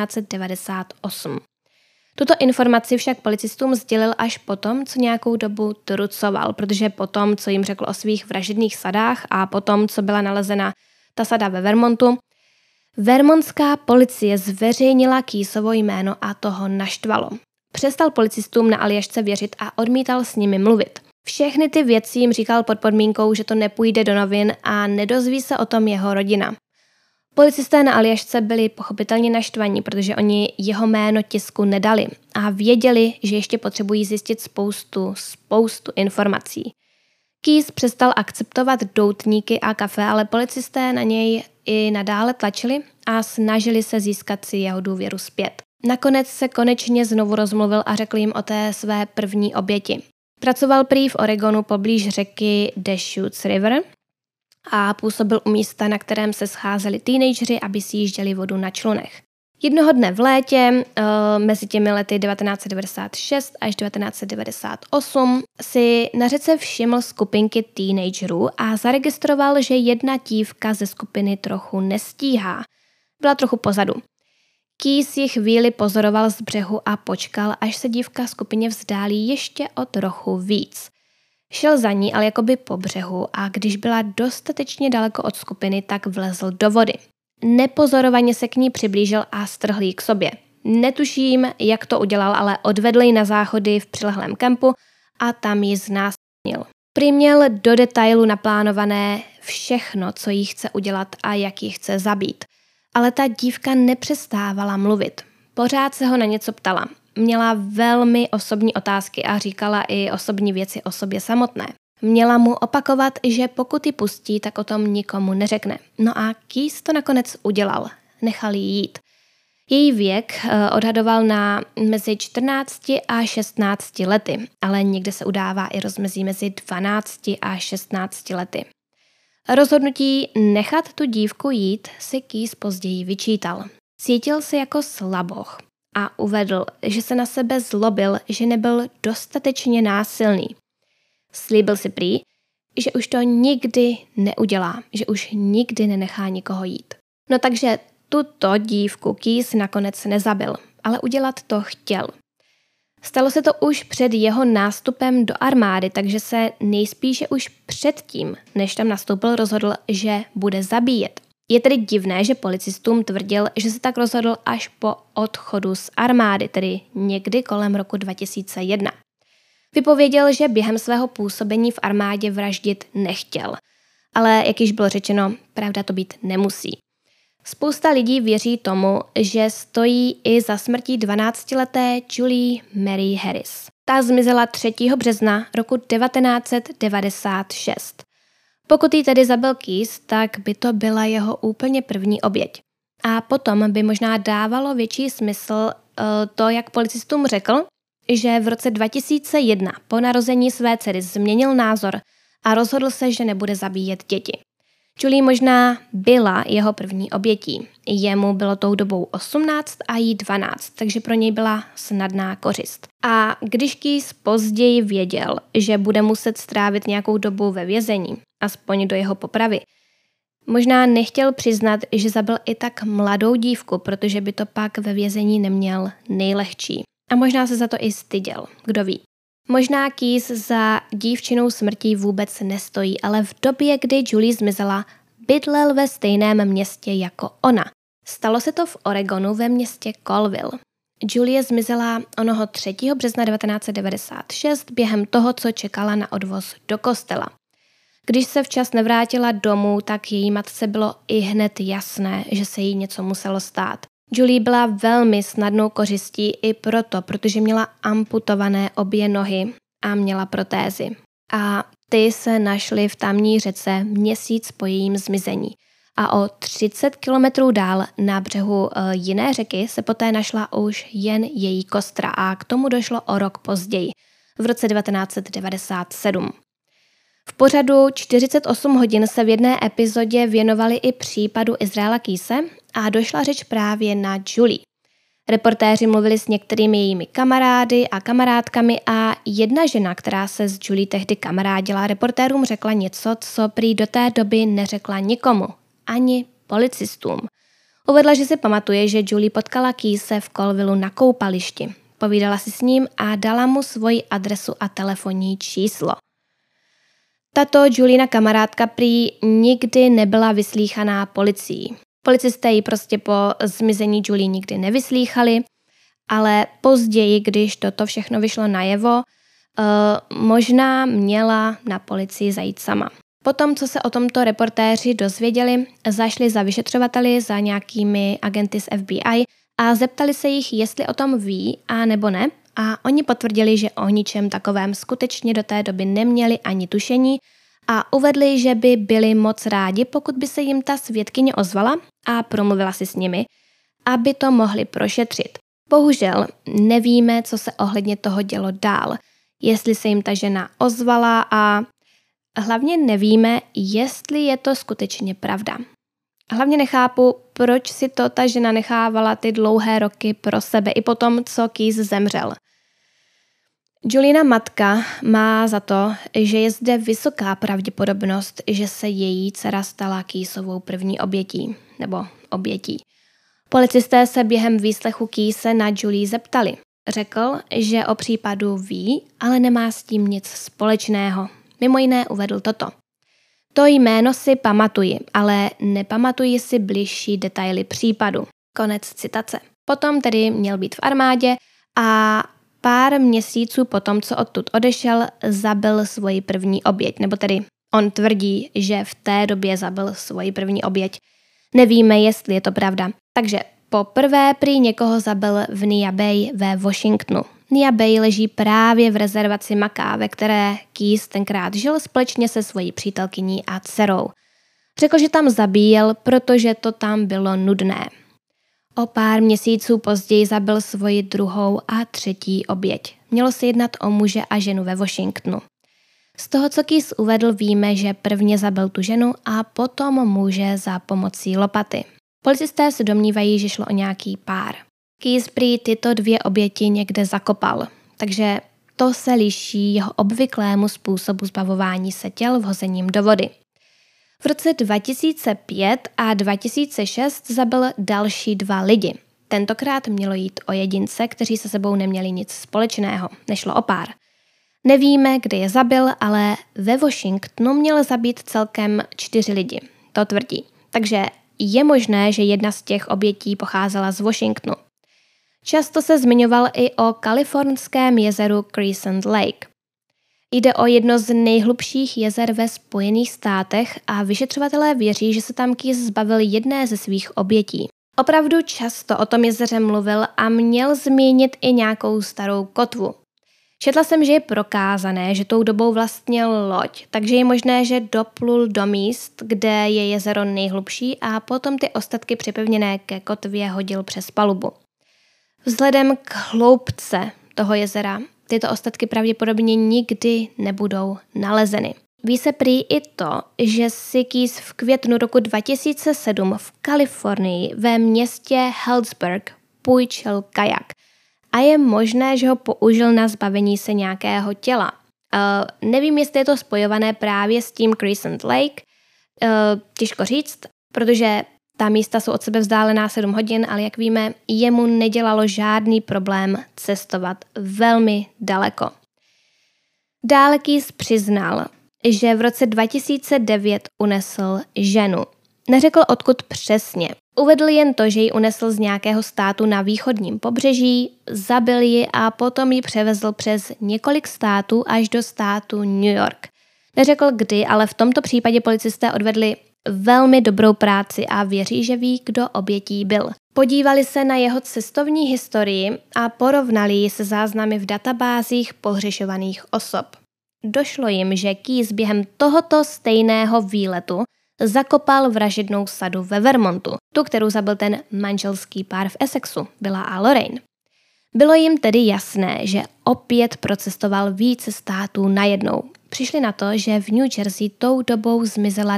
1998. Tuto informaci však policistům sdělil až potom, co nějakou dobu trucoval, protože potom, co jim řekl o svých vražedných sadách a potom, co byla nalezena ta sada ve Vermontu, vermontská policie zveřejnila Keyesovo jméno a toho naštvalo. Přestal policistům na Aljašce věřit a odmítal s nimi mluvit. Všechny ty věci jim říkal pod podmínkou, že to nepůjde do novin a nedozví se o tom jeho rodina. Policisté na Aljašce byli pochopitelně naštvaní, protože oni jeho jméno tisku nedali a věděli, že ještě potřebují zjistit spoustu informací. Keyes přestal akceptovat doutníky a kafe, ale policisté na něj i nadále tlačili a snažili se získat si jeho důvěru zpět. Nakonec se konečně znovu rozmluvil a řekl jim o té své první oběti. Pracoval prý v Oregonu poblíž řeky Deschutes River a působil u místa, na kterém se scházeli teenageři, aby si jížděli vodu na člunech. Jednoho dne v létě, mezi těmi lety 1996 až 1998, si na řece všiml skupinky teenagerů a zaregistroval, že jedna dívka ze skupiny trochu nestíhá. Byla trochu pozadu. Keyes ji chvíli pozoroval z břehu a počkal, až se dívka skupině vzdálí ještě o trochu víc. Šel za ní, ale jakoby po břehu a když byla dostatečně daleko od skupiny, tak vlezl do vody. Nepozorovaně se k ní přiblížil a strhl ji k sobě. Netuším, jak to udělal, ale odvedl ji na záchody v přilehlém kempu a tam ji znásilnil. Prý měl do detailu naplánované všechno, co jí chce udělat a jak ji chce zabít. Ale ta dívka nepřestávala mluvit. Pořád se ho na něco ptala. Měla velmi osobní otázky a říkala i osobní věci o sobě samotné. Měla mu opakovat, že pokud ji pustí, tak o tom nikomu neřekne. No a Keyes to nakonec udělal. Nechal ji jít. Její věk odhadoval na mezi 14 a 16 lety, ale někde se udává i rozmezí mezi 12 a 16 lety. Rozhodnutí nechat tu dívku jít si Keyes později vyčítal. Cítil se jako slaboch a uvedl, že se na sebe zlobil, že nebyl dostatečně násilný. Slíbil si prý, že už to nikdy neudělá, že už nikdy nenechá nikoho jít. No takže tuto dívku Keyes nakonec nezabil, ale udělat to chtěl. Stalo se to už před jeho nástupem do armády, takže se nejspíše už předtím, než tam nastoupil, rozhodl, že bude zabíjet. Je tedy divné, že policistům tvrdil, že se tak rozhodl až po odchodu z armády, tedy někdy kolem roku 2001. Vypověděl, že během svého působení v armádě vraždit nechtěl. Ale jak již bylo řečeno, pravda to být nemusí. Spousta lidí věří tomu, že stojí i za smrtí 12leté Julie Mary Harris. Ta zmizela 3. března roku 1996. Pokud jí tedy zabil Keys, tak by to byla jeho úplně první oběť. A potom by možná dávalo větší smysl to, jak policistům řekl, že v roce 2001 po narození své dcery změnil názor a rozhodl se, že nebude zabíjet děti. Julie možná byla jeho první obětí. Jemu bylo tou dobou 18 a jí 12, takže pro něj byla snadná kořist. A když Keys později věděl, že bude muset strávit nějakou dobu ve vězení, aspoň do jeho popravy, možná nechtěl přiznat, že zabil i tak mladou dívku, protože by to pak ve vězení neměl nejlehčí. A možná se za to i styděl, kdo ví. Možná Keys za dívčinou smrtí vůbec nestojí, ale v době, kdy Julie zmizela, bydlel ve stejném městě jako ona. Stalo se to v Oregonu ve městě Colville. Julie zmizela onoho 3. března 1996 během toho, co čekala na odvoz do kostela. Když se včas nevrátila domů, tak její matce bylo ihned jasné, že se jí něco muselo stát. Julie byla velmi snadnou kořistí i proto, protože měla amputované obě nohy a měla protézy. A ty se našly v tamní řece měsíc po jejím zmizení. A o 30 kilometrů dál na břehu jiné řeky se poté našla už jen její kostra a k tomu došlo o rok později, v roce 1997. V pořadu 48 hodin se v jedné epizodě věnovali i případu Israela Keyse a došla řeč právě na Julie. Reportéři mluvili s některými jejími kamarády a kamarádkami a jedna žena, která se s Julie tehdy kamarádila, reportérům řekla něco, co prý do té doby neřekla nikomu, ani policistům. Uvedla, že si pamatuje, že Julie potkala Keyse v Colvilleu na koupališti. Povídala si s ním a dala mu svoji adresu a telefonní číslo. Tato Juliina kamarádka prý nikdy nebyla vyslýchaná policií. Policisté ji prostě po zmizení Julie nikdy nevyslýchali, ale později, když toto všechno vyšlo najevo, možná měla na policii zajít sama. Potom, co se o tomto reportéři dozvěděli, zašli za vyšetřovateli, za nějakými agenty z FBI a zeptali se jich, jestli o tom ví a nebo ne. A oni potvrdili, že o ničem takovém skutečně do té doby neměli ani tušení a uvedli, že by byli moc rádi, pokud by se jim ta svědkyně ozvala a promluvila si s nimi, aby to mohli prošetřit. Bohužel nevíme, co se ohledně toho dělo dál, jestli se jim ta žena ozvala a hlavně nevíme, jestli je to skutečně pravda. Hlavně nechápu, proč si to ta žena nechávala ty dlouhé roky pro sebe i potom, co Keys zemřel. Juliina matka má za to, že je zde vysoká pravděpodobnost, že se její dcera stala Keysovou první obětí, nebo obětí. Policisté se během výslechu Keyse na Julie zeptali. Řekl, že o případu ví, ale nemá s tím nic společného. Mimo jiné uvedl toto. To jméno si pamatuji, ale nepamatuji si bližší detaily případu. Konec citace. Potom tedy měl být v armádě a pár měsíců potom, co odtud odešel, zabil svoji první oběť. Nebo tedy on tvrdí, že v té době zabil svoji první oběť. Nevíme, jestli je to pravda. Takže poprvé prý někoho zabil v Nia Bay ve Washingtonu. Nia Bay leží právě v rezervaci Maká, ve které Keys tenkrát žil společně se svojí přítelkyní a dcerou. Řekl, že tam zabíjel, protože to tam bylo nudné. O pár měsíců později zabil svoji druhou a třetí oběť. Mělo se jednat o muže a ženu ve Washingtonu. Z toho, co Keys uvedl, víme, že prvně zabil tu ženu a potom muže za pomocí lopaty. Policisté se domnívají, že šlo o nějaký pár. Keys prý tyto dvě oběti někde zakopal, takže to se liší jeho obvyklému způsobu zbavování se těl vhozením do vody. V roce 2005 a 2006 zabil další 2 lidi. Tentokrát mělo jít o jedince, kteří se sebou neměli nic společného, nešlo o pár. Nevíme, kde je zabil, ale ve Washingtonu měl zabít celkem 4 lidi, to tvrdí. Takže je možné, že jedna z těch obětí pocházela z Washingtonu. Často se zmiňoval i o kalifornském jezeru Crescent Lake. Jde o jedno z nejhlubších jezer ve Spojených státech a vyšetřovatelé věří, že se tam Keys zbavil jedné ze svých obětí. Opravdu často o tom jezeře mluvil a měl zmínit i nějakou starou kotvu. Četla jsem, že je prokázané, že tou dobou vlastnil loď, takže je možné, že doplul do míst, kde je jezero nejhlubší a potom ty ostatky připevněné ke kotvě hodil přes palubu. Vzhledem k hloubce toho jezera tyto ostatky pravděpodobně nikdy nebudou nalezeny. Ví se prý i to, že si Keyes v květnu roku 2007 v Kalifornii ve městě Healdsburg půjčil kajak a je možné, že ho použil na zbavení se nějakého těla. Nevím, jestli je to spojované právě s tím Crescent Lake, těžko říct, protože ta místa jsou od sebe vzdálená 7 hodin, ale jak víme, jemu nedělalo žádný problém cestovat velmi daleko. Dále Keyes přiznal, že v roce 2009 unesl ženu. Neřekl odkud přesně. Uvedl jen to, že ji unesl z nějakého státu na východním pobřeží, zabil ji a potom ji převezl přes několik států až do státu New York. Neřekl kdy, ale v tomto případě policisté odvedli velmi dobrou práci a věří, že ví, kdo obětí byl. Podívali se na jeho cestovní historii a porovnali ji se záznamy v databázích pohřešovaných osob. Došlo jim, že Keyes během tohoto stejného výletu zakopal vražednou sadu ve Vermontu, tu, kterou zabil ten manželský pár v Essexu, Billa a Lorraine. Bylo jim tedy jasné, že opět procestoval více států najednou. Přišli na to, že v New Jersey tou dobou zmizela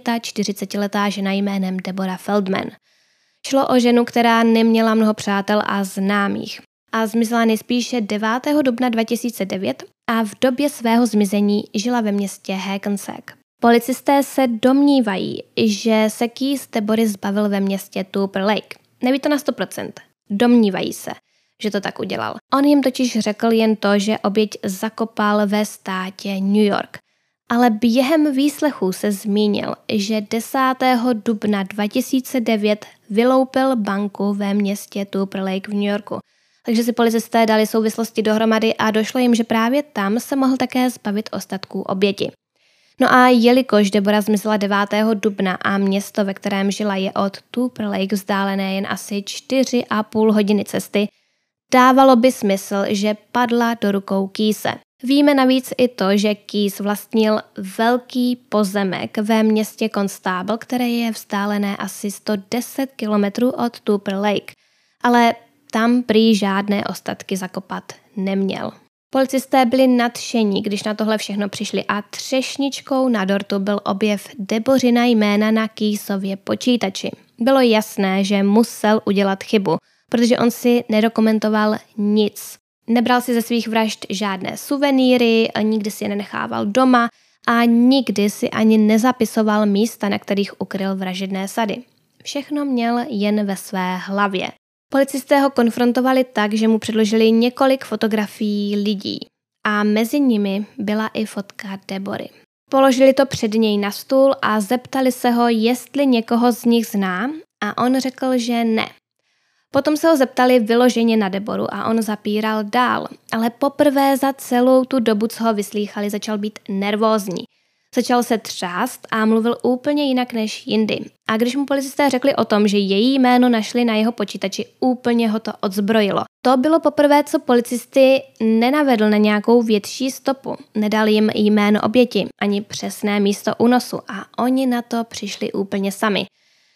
49letá žena jménem Deborah Feldman. Šlo o ženu, která neměla mnoho přátel a známých a zmizela nejspíše 9. dubna 2009 a v době svého zmizení žila ve městě Hackensack. Policisté se domnívají, že se Keyes Deborah zbavil ve městě Tupper Lake. Neví to na 100%. Domnívají se, že to tak udělal. On jim totiž řekl jen to, že oběť zakopal ve státě New York. Ale během výslechů se zmínil, že 10. dubna 2009 vyloupil banku ve městě Tupper Lake v New Yorku. Takže si policisté dali souvislosti dohromady a došlo jim, že právě tam se mohl také zbavit ostatků oběti. No a jelikož Deborah zmizela 9. dubna a město, ve kterém žila, je od Tupper Lake vzdálené jen asi 4,5 hodiny cesty, dávalo by smysl, že padla do rukou Keyese. Víme navíc i to, že Keyes vlastnil velký pozemek ve městě Constable, které je vzdálené asi 110 kilometrů od Tupper Lake, ale tam prý žádné ostatky zakopat neměl. Policisté byli nadšení, když na tohle všechno přišli a třešničkou na dortu byl objev Debořina jména na Keyesově počítači. Bylo jasné, že musel udělat chybu, protože on si nedokumentoval nic. Nebral si ze svých vražd žádné suvenýry, nikdy si je nenechával doma a nikdy si ani nezapisoval místa, na kterých ukryl vražedné sady. Všechno měl jen ve své hlavě. Policisté ho konfrontovali tak, že mu předložili několik fotografií lidí a mezi nimi byla i fotka Debory. Položili to před něj na stůl a zeptali se ho, jestli někoho z nich zná a on řekl, že ne. Potom se ho zeptali vyloženě na Deboru a on zapíral dál, ale poprvé za celou tu dobu, co ho vyslýchali, začal být nervózní. Začal se třást a mluvil úplně jinak než jindy. A když mu policisté řekli o tom, že její jméno našli na jeho počítači, úplně ho to odzbrojilo. To bylo poprvé, co policisty nenavedl na nějakou větší stopu. Nedal jim jméno oběti, ani přesné místo únosu a oni na to přišli úplně sami.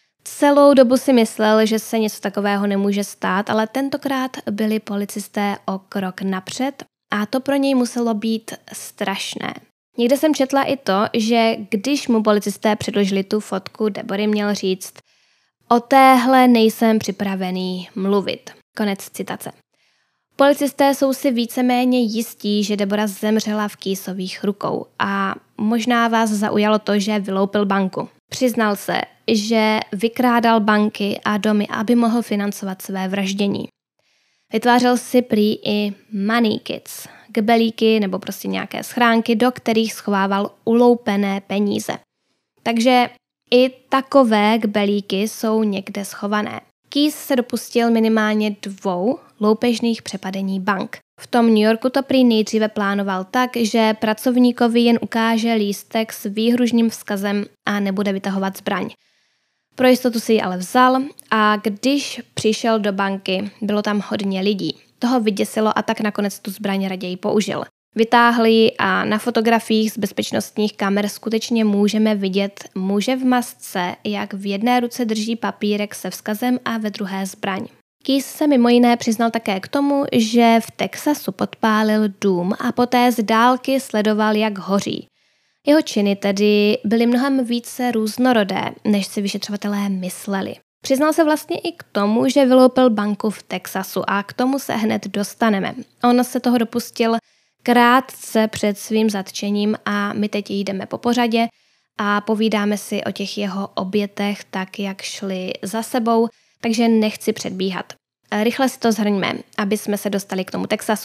Celou dobu si myslel, že se něco takového nemůže stát, ale tentokrát byli policisté o krok napřed a to pro něj muselo být strašné. Někde jsem četla i to, že když mu policisté předložili tu fotku, Debory měl říct: "O téhle nejsem připravený mluvit." Konec citace. Policisté jsou si víceméně jistí, že Deborah zemřela v Keyesových rukou a možná vás zaujalo to, že vyloupil banku. Přiznal se, že vykrádal banky a domy, aby mohl financovat své vraždění. Vytvářel si prý i money kits, kbelíky nebo prostě nějaké schránky, do kterých schovával uloupené peníze. Takže i takové kbelíky jsou někde schované. Keyes se dopustil minimálně 2 loupežných přepadení bank. V tom New Yorku to prý nejdříve plánoval tak, že pracovníkovi jen ukáže lístek s výhružným vzkazem a nebude vytahovat zbraň. Pro jistotu si ji ale vzal a když přišel do banky, bylo tam hodně lidí. Toho vyděsilo a tak nakonec tu zbraň raději použil. Vytáhli ji a na fotografiích z bezpečnostních kamer skutečně můžeme vidět muže v masce, jak v jedné ruce drží papírek se vzkazem a ve druhé zbraň. Keyes se mimo jiné přiznal také k tomu, že v Texasu podpálil dům a poté z dálky sledoval, jak hoří. Jeho činy tedy byly mnohem více různorodé, než si vyšetřovatelé mysleli. Přiznal se vlastně i k tomu, že vyloupil banku v Texasu a k tomu se hned dostaneme. On se toho dopustil krátce před svým zatčením a my teď jdeme po pořadě a povídáme si o těch jeho obětech tak, jak šli za sebou, takže nechci předbíhat. Rychle si to shrňme, aby jsme se dostali k tomu Texasu.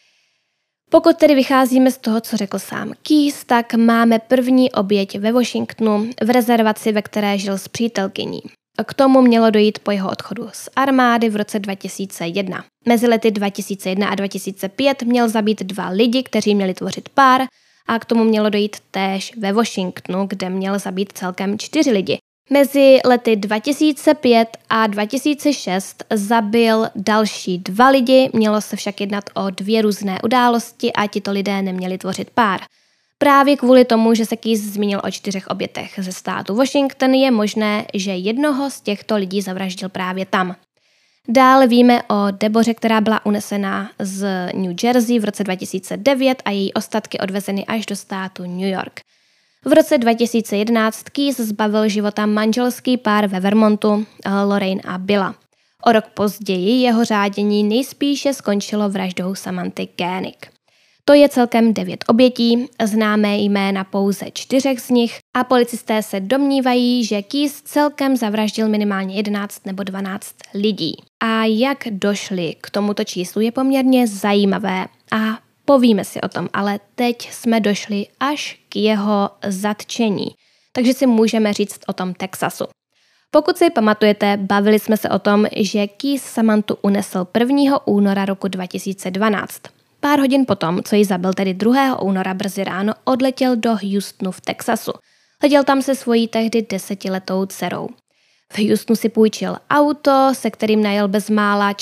Pokud tedy vycházíme z toho, co řekl sám Keyes, tak máme první oběť ve Washingtonu v rezervaci, ve které žil s přítelkyní. K tomu mělo dojít po jeho odchodu z armády v roce 2001. Mezi lety 2001 a 2005 měl zabít 2 lidi, kteří měli tvořit pár, a k tomu mělo dojít též ve Washingtonu, kde měl zabít celkem 4 lidi. Mezi lety 2005 a 2006 zabil další 2 lidi, mělo se však jednat o 2 různé události a tito lidé neměli tvořit pár. Právě kvůli tomu, že se Keyes zmínil o 4 obětech ze státu Washington, je možné, že jednoho z těchto lidí zavraždil právě tam. Dále víme o Deboře, která byla unesena z New Jersey v roce 2009 a její ostatky odvezeny až do státu New York. V roce 2011 Keyes zbavil života manželský pár ve Vermontu, Lorraine a Billa. O rok později jeho řádění nejspíše skončilo vraždou Samanthy Koenig. To je celkem 9 obětí, známé jména pouze 4 z nich a policisté se domnívají, že Keyes celkem zavraždil minimálně 11 nebo 12 lidí. A jak došli k tomuto číslu je poměrně zajímavé a povíme si o tom, ale teď jsme došli až k jeho zatčení, takže si můžeme říct o tom Texasu. Pokud si pamatujete, bavili jsme se o tom, že Keyes Samanthu unesl 1. února roku 2012. Pár hodin potom, co ji zabil, tedy 2. února brzy ráno, odletěl do Houstonu v Texasu. Letěl tam se svojí tehdy 10letou dcerou. V Houstonu si půjčil auto, se kterým najel bezmála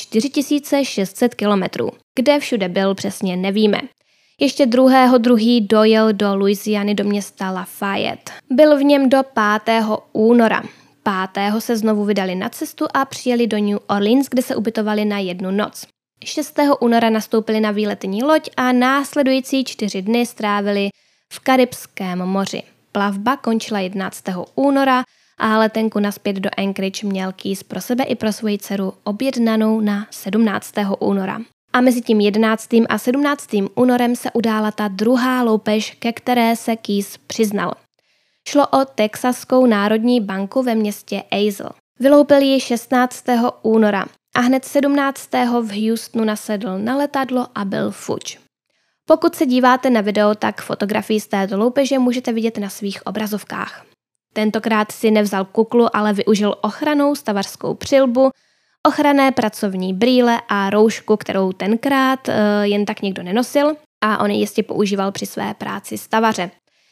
4600 kilometrů. Kde všude byl, přesně nevíme. Ještě 2.2. dojel do Louisiany do města Lafayette. Byl v něm do 5. února. 5. se znovu vydali na cestu a přijeli do New Orleans, kde se ubytovali na 1 noc. 6. února nastoupili na výletní loď a následující 4 dny strávili v Karibském moři. Plavba končila 11. února a letenku nazpět do Anchorage měl Keyes pro sebe i pro svoji dceru objednanou na 17. února. A mezi tím 11. a 17. únorem se udála ta druhá loupež, ke které se Keyes přiznal. Šlo o Texaskou národní banku ve městě Azle. Vyloupil ji 16. února a hned 17. v Houstonu nasedl na letadlo a byl fuč. Pokud se díváte na video, tak fotografii z této loupeže můžete vidět na svých obrazovkách. Tentokrát si nevzal kuklu, ale využil ochrannou stavařskou přilbu, ochranné pracovní brýle a roušku, kterou tenkrát jen tak někdo nenosil a on ji jistě používal při své práci stavaře.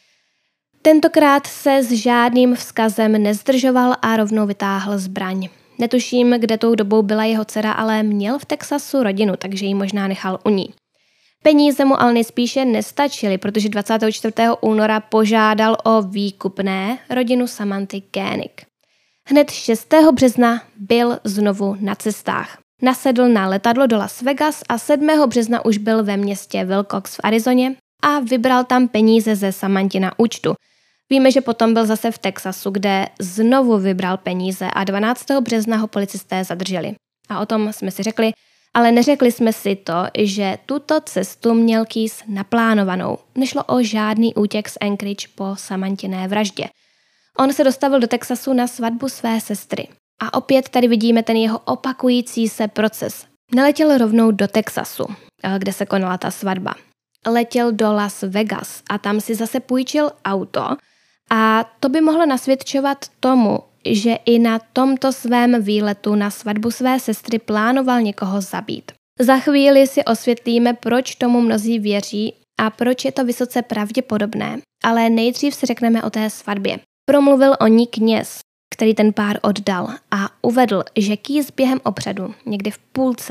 Tentokrát se s žádným vzkazem nezdržoval a rovnou vytáhl zbraň. Netuším, kde tou dobou byla jeho dcera, ale měl v Texasu rodinu, takže ji možná nechal u ní. Peníze mu ale nejspíše nestačily, protože 24. února požádal o výkupné rodinu Samanthy Koenig. Hned 6. března byl znovu na cestách. Nasedl na letadlo do Las Vegas a 7. března už byl ve městě Wilcox v Arizoně a vybral tam peníze ze Samanthy na účtu. Víme, že potom byl zase v Texasu, kde znovu vybral peníze a 12. března ho policisté zadrželi. A o tom jsme si řekli, ale neřekli jsme si to, že tuto cestu měl Keyes naplánovanou. Nešlo o žádný útěk z Anchorage po Samanthiné vraždě. On se dostavil do Texasu na svatbu své sestry. A opět tady vidíme ten jeho opakující se proces. Neletěl rovnou do Texasu, kde se konala ta svatba. Letěl do Las Vegas a tam si zase půjčil auto a to by mohlo nasvědčovat tomu, že i na tomto svém výletu na svatbu své sestry plánoval někoho zabít. Za chvíli si osvětlíme, proč tomu mnozí věří a proč je to vysoce pravděpodobné, ale nejdřív si řekneme o té svatbě. Promluvil o ní kněz, který ten pár oddal a uvedl, že Keyes během obřadu, někdy v půlce,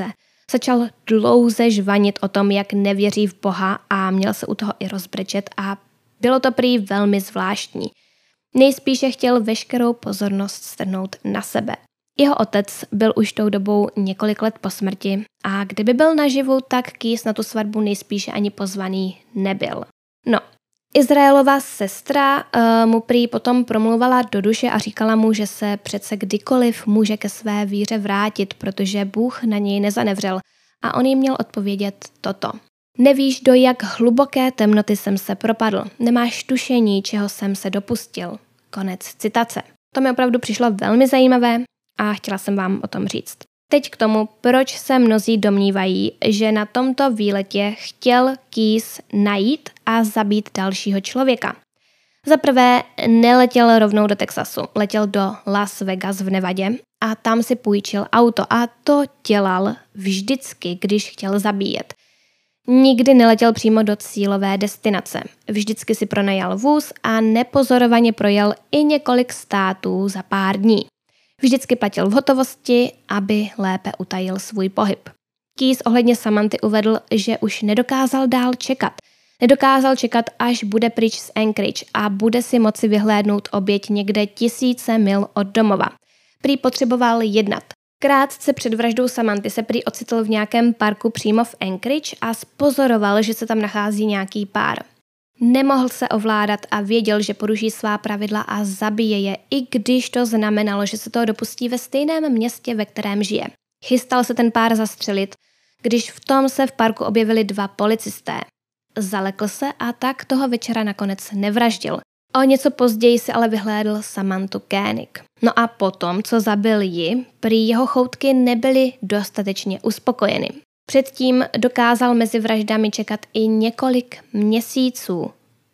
Začal dlouze žvanit o tom, jak nevěří v Boha a měl se u toho i rozbrečet a bylo to prý velmi zvláštní. Nejspíše chtěl veškerou pozornost strhnout na sebe. Jeho otec byl už tou dobou několik let po smrti a kdyby byl naživu, tak Keys na tu svatbu nejspíše ani pozvaný nebyl. No, Izraelova sestra mu prý potom promluvala do duše a říkala mu, že se přece kdykoliv může ke své víře vrátit, protože Bůh na něj nezanevřel a on jí měl odpovědět toto. Nevíš, do jak hluboké temnoty jsem se propadl, nemáš tušení, čeho jsem se dopustil. Konec citace. To mi opravdu přišlo velmi zajímavé a chtěla jsem vám o tom říct. Teď k tomu, proč se mnozí domnívají, že na tomto výletě chtěl Keys najít a zabít dalšího člověka. Za prvé neletěl rovnou do Texasu, letěl do Las Vegas v Nevadě a tam si půjčil auto a to dělal vždycky, když chtěl zabíjet. Nikdy neletěl přímo do cílové destinace. Vždycky si pronajal vůz a nepozorovaně projel i několik států za pár dní. Vždycky platil v hotovosti, aby lépe utajil svůj pohyb. Keys ohledně Samanty uvedl, že už nedokázal dál čekat. Nedokázal čekat, až bude pryč z Anchorage a bude si moci vyhlédnout oběť někde tisíce mil od domova. Prý potřeboval jednat. Krátce před vraždou Samanty se prý ocitl v nějakém parku přímo v Anchorage a spozoroval, že se tam nachází nějaký pár. Nemohl se ovládat a věděl, že poruší svá pravidla a zabije je, i když to znamenalo, že se toho dopustí ve stejném městě, ve kterém žije. Chystal se ten pár zastřelit, když v tom se v parku objevili 2 policisté. Zalekl se a tak toho večera nakonec nevraždil. O něco později si ale vyhlédl Samantu Koenig. No a potom, co zabil ji, prý jeho choutky nebyly dostatečně uspokojeny. Předtím dokázal mezi vraždami čekat i několik měsíců,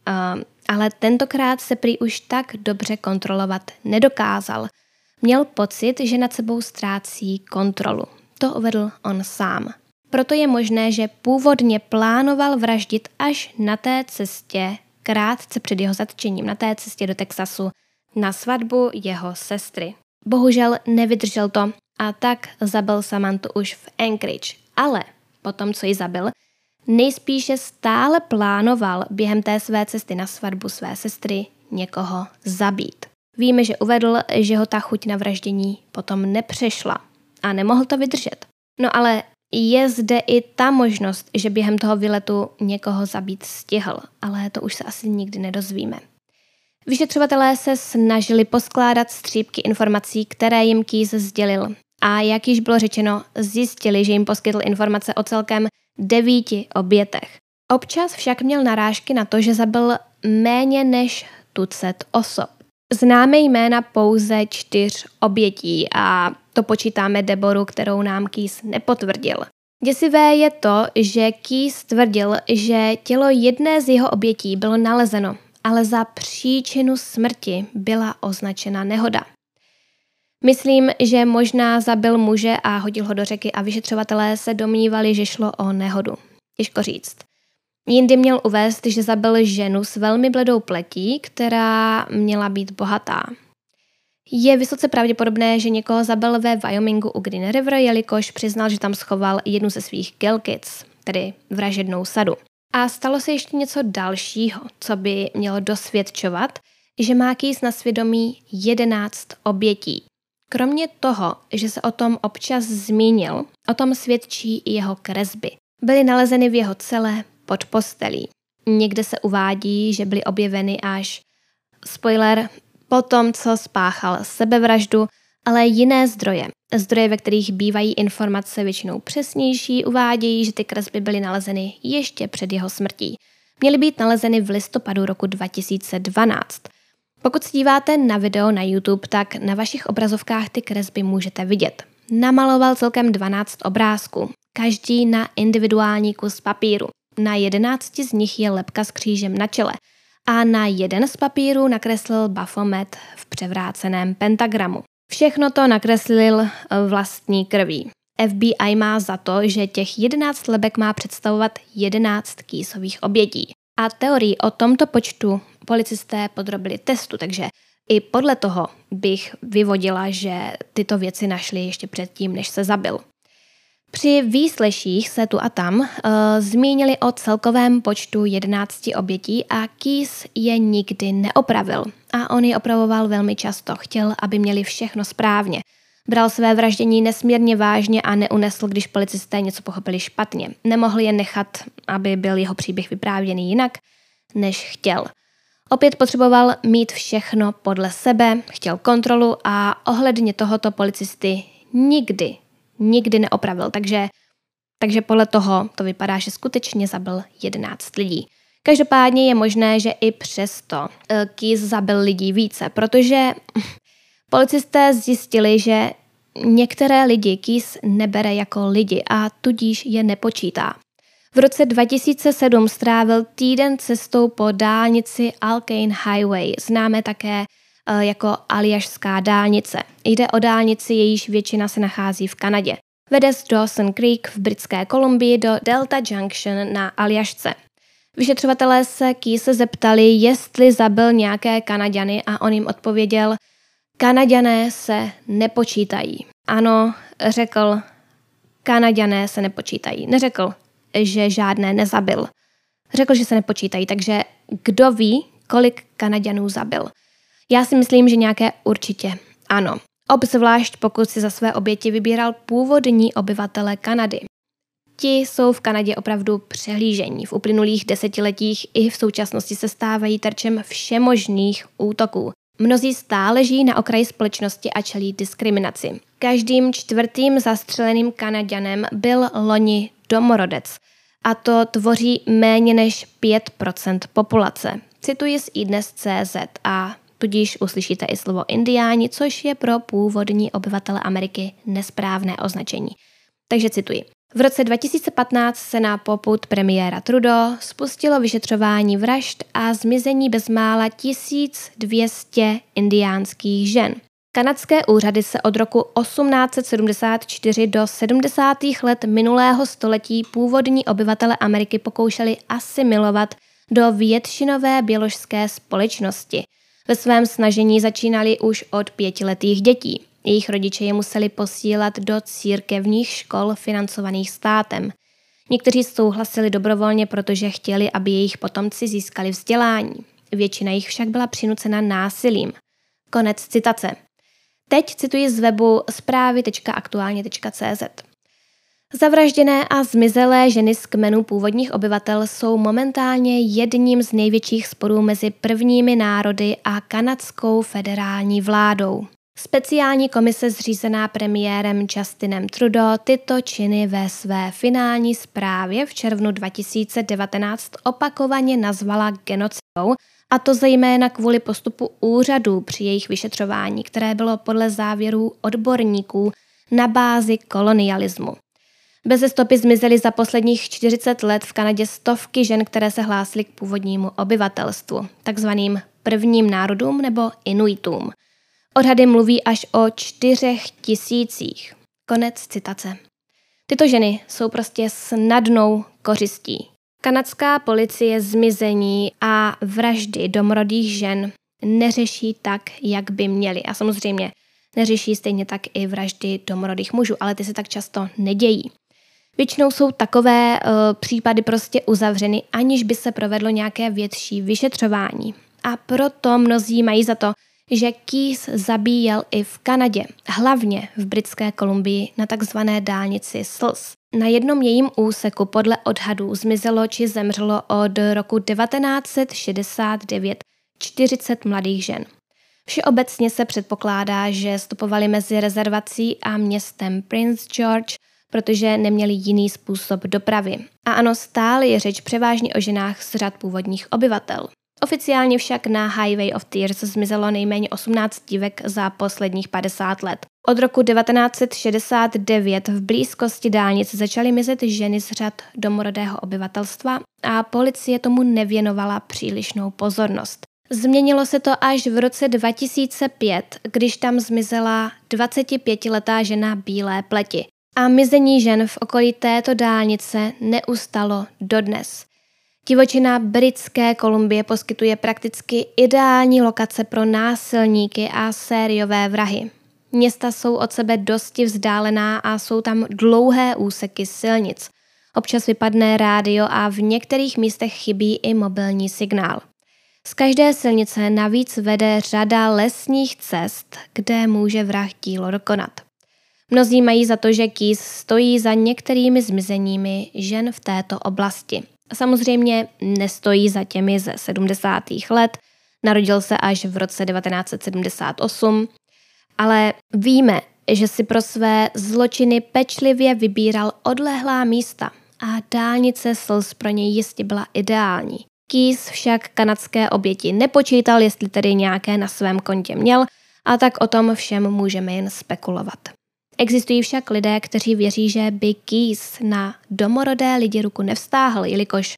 ale tentokrát se prý už tak dobře kontrolovat nedokázal. Měl pocit, že nad sebou ztrácí kontrolu. To uvedl on sám. Proto je možné, že původně plánoval vraždit až na té cestě, krátce před jeho zatčením, na té cestě do Texasu, na svatbu jeho sestry. Bohužel nevydržel to a tak zabil Samantu už v Anchorage. Ale potom, co ji zabil, nejspíše stále plánoval během té své cesty na svatbu své sestry někoho zabít. Víme, že uvedl, že ho ta chuť na vraždění potom nepřešla a nemohl to vydržet. No ale je zde i ta možnost, že během toho výletu někoho zabít stihl, ale to už se asi nikdy nedozvíme. Vyšetřovatelé se snažili poskládat střípky informací, které jim Keys sdělil. A jak již bylo řečeno, zjistili, že jim poskytl informace o celkem 9 obětech. Občas však měl narážky na to, že zabil méně než tucet osob. Známe jména pouze 4 obětí a to počítáme Deboru, kterou nám Keys nepotvrdil. Děsivé je to, že Keys tvrdil, že tělo jedné z jeho obětí bylo nalezeno, ale za příčinu smrti byla označena nehoda. Myslím, že možná zabil muže a hodil ho do řeky a vyšetřovatelé se domnívali, že šlo o nehodu. Těžko říct. Jindy měl uvést, že zabil ženu s velmi bledou pletí, která měla být bohatá. Je vysoce pravděpodobné, že někoho zabil ve Wyomingu u Green River, jelikož přiznal, že tam schoval jednu ze svých kill kits, tedy vražednou sadu. A stalo se ještě něco dalšího, co by mělo dosvědčovat, že má Keys na svědomí 11 obětí. Kromě toho, že se o tom občas zmínil, o tom svědčí i jeho kresby. Byly nalezeny v jeho cele pod postelí. Někde se uvádí, že byly objeveny až, spoiler, po tom, co spáchal sebevraždu, ale jiné zdroje, ve kterých bývají informace většinou přesnější, uvádějí, že ty kresby byly nalezeny ještě před jeho smrtí. Měly být nalezeny v listopadu roku 2012. Pokud se díváte na video na YouTube, tak na vašich obrazovkách ty kresby můžete vidět. Namaloval celkem 12 obrázků, každý na individuální kus papíru. Na 11 z nich je lebka s křížem na čele a na jeden z papírů nakreslil Baphomet v převráceném pentagramu. Všechno to nakreslil vlastní krví. FBI má za to, že těch 11 lebek má představovat 11 Keysových obětí. A teorii o tomto počtu policisté podrobili testu, takže i podle toho bych vyvodila, že tyto věci našli ještě předtím, než se zabil. Při výsleších se tu a tam zmínili o celkovém počtu 11 obětí a Keyes je nikdy neopravil. A on je opravoval velmi často, chtěl, aby měli všechno správně. Bral své vraždění nesmírně vážně a neunesl, když policisté něco pochopili špatně. Nemohli je nechat, aby byl jeho příběh vyprávěný jinak, než chtěl. Opět potřeboval mít všechno podle sebe, chtěl kontrolu a ohledně tohoto policisty nikdy neopravil, takže podle toho to vypadá, že skutečně zabil 11 lidí. Každopádně je možné, že i přesto Keyes zabil lidí více, protože policisté zjistili, že některé lidi Keyes nebere jako lidi a tudíž je nepočítá. V roce 2007 strávil týden cestou po dálnici Alkane Highway, známé také jako Aljašská dálnice. Jde o dálnici, jejíž většina se nachází v Kanadě. Vede z Dawson Creek v Britské Kolumbii do Delta Junction na Aljašce. Vyšetřovatelé se Keyese zeptali, jestli zabil nějaké Kanaďany a on jim odpověděl, Kanaďané se nepočítají. Ano, řekl, Kanaďané se nepočítají. Neřekl, že žádné nezabil. Řekl, že se nepočítají, takže kdo ví, kolik Kanaďanů zabil. Já si myslím, že nějaké určitě ano. Obzvlášť pokud si za své oběti vybíral původní obyvatele Kanady. Ti jsou v Kanadě opravdu přehlížení. V uplynulých desetiletích i v současnosti se stávají terčem všemožných útoků. Mnozí stále žijí na okraji společnosti a čelí diskriminaci. Každým 4. zastřeleným Kanaďanem byl loni domorodec. A to tvoří méně než 5% populace. Cituji z iDnes.cz a tudíž uslyšíte i slovo indiáni, což je pro původní obyvatele Ameriky nesprávné označení. Takže cituji. V roce 2015 se na popud premiéra Trudeau spustilo vyšetřování vražd a zmizení bezmála 1200 indiánských žen. Kanadské úřady se od roku 1874 do 70. let minulého století původní obyvatele Ameriky pokoušeli asimilovat do většinové běložské společnosti. Ve svém snažení začínali už od 5letých dětí. Jejich rodiče je museli posílat do církevních škol financovaných státem. Někteří souhlasili dobrovolně, protože chtěli, aby jejich potomci získali vzdělání. Většina jich však byla přinucena násilím. Konec citace. Teď cituji z webu zprávy.aktualně.cz. Zavražděné a zmizelé ženy z kmenů původních obyvatel jsou momentálně jedním z největších sporů mezi prvními národy a kanadskou federální vládou. Speciální komise zřízená premiérem Justinem Trudeau tyto činy ve své finální zprávě v červnu 2019 opakovaně nazvala genocidou, a to zejména kvůli postupu úřadů při jejich vyšetřování, které bylo podle závěrů odborníků na bázi kolonialismu. Beze stopy zmizely za posledních 40 let v Kanadě stovky žen, které se hlásily k původnímu obyvatelstvu, takzvaným prvním národům nebo Inuitům. Odhady mluví až o 4 000. Konec citace. Tyto ženy jsou prostě snadnou kořistí. Kanadská policie zmizení a vraždy domorodých žen neřeší tak, jak by měly. A samozřejmě neřeší stejně tak i vraždy domorodých mužů, ale ty se tak často nedějí. Většinou jsou takové případy prostě uzavřeny, aniž by se provedlo nějaké větší vyšetřování. A proto mnozí mají za to, že Keyes zabíjel i v Kanadě, hlavně v Britské Kolumbii na takzvané dálnici SLS. Na jednom jejím úseku podle odhadů zmizelo či zemřelo od roku 1969 40 mladých žen. Všeobecně se předpokládá, že stopovali mezi rezervací a městem Prince George, protože neměli jiný způsob dopravy. A ano, stále je řeč převážně o ženách z řad původních obyvatel. Oficiálně však na Highway of Tears zmizelo nejméně 18 dívek za posledních 50 let. Od roku 1969 v blízkosti dálnic začaly mizet ženy z řad domorodého obyvatelstva a policie tomu nevěnovala přílišnou pozornost. Změnilo se to až v roce 2005, když tam zmizela 25letá žena bílé pleti. A mizení žen v okolí této dálnice neustalo dodnes. Divočina Britské Kolumbie poskytuje prakticky ideální lokace pro násilníky a sériové vrahy. Města jsou od sebe dosti vzdálená a jsou tam dlouhé úseky silnic. Občas vypadne rádio a v některých místech chybí i mobilní signál. Z každé silnice navíc vede řada lesních cest, kde může vrah dílo dokonat. Mnozí mají za to, že Keyes stojí za některými zmizeními žen v této oblasti. Samozřejmě nestojí za těmi ze 70. let, narodil se až v roce 1978, ale víme, že si pro své zločiny pečlivě vybíral odlehlá místa a dálnice slz pro něj jistě byla ideální. Keyes však kanadské oběti nepočítal, jestli tedy nějaké na svém kontě měl, a tak o tom všem můžeme jen spekulovat. Existují však lidé, kteří věří, že by Keyes na domorodé lidi ruku nevstáhl, jelikož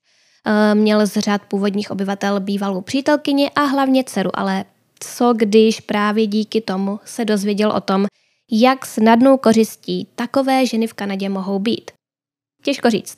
měl z řad původních obyvatel bývalou přítelkyni a hlavně dceru, ale co když právě díky tomu se dozvěděl o tom, jak snadnou kořistí takové ženy v Kanadě mohou být. Těžko říct.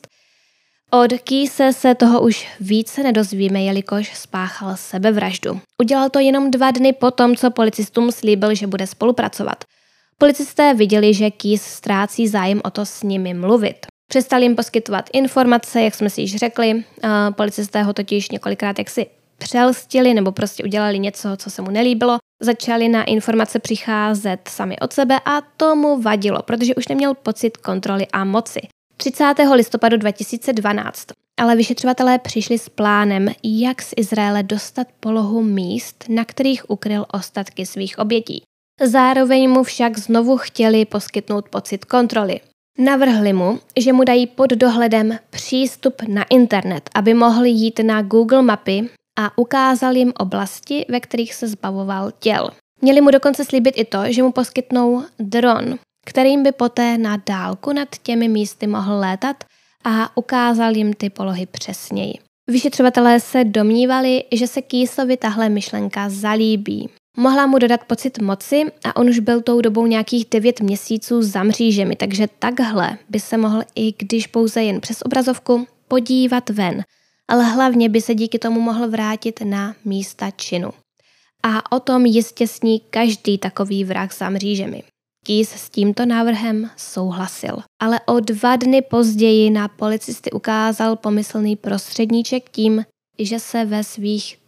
Od Keyese se toho už více nedozvíme, jelikož spáchal sebevraždu. Udělal to jenom 2 dny po tom, co policistům slíbil, že bude spolupracovat. Policisté viděli, že Keyes ztrácí zájem o to s nimi mluvit. Přestali jim poskytovat informace, jak jsme si již řekli. Policisté ho totiž několikrát jaksi přelstili nebo prostě udělali něco, co se mu nelíbilo. Začali na informace přicházet sami od sebe a to mu vadilo, protože už neměl pocit kontroly a moci. 30. listopadu 2012 ale vyšetřovatelé přišli s plánem, jak z Izraele dostat polohu míst, na kterých ukryl ostatky svých obětí. Zároveň mu však znovu chtěli poskytnout pocit kontroly. Navrhli mu, že mu dají pod dohledem přístup na internet, aby mohli jít na Google mapy a ukázal jim oblasti, ve kterých se zbavoval těl. Měli mu dokonce slíbit i to, že mu poskytnou dron, kterým by poté na dálku nad těmi místy mohl létat a ukázal jim ty polohy přesněji. Vyšetřovatelé se domnívali, že se Keyesovi tahle myšlenka zalíbí. Mohla mu dodat pocit moci a on už byl tou dobou nějakých 9 měsíců za mřížemi, takže takhle by se mohl, i když pouze jen přes obrazovku, podívat ven, ale hlavně by se díky tomu mohl vrátit na místa činu. A o tom jistě sní každý takový vrah za mřížemi. Keyes s tímto návrhem souhlasil, ale o 2 dny později na policisty ukázal pomyslný prostředníček tím, že se ve svých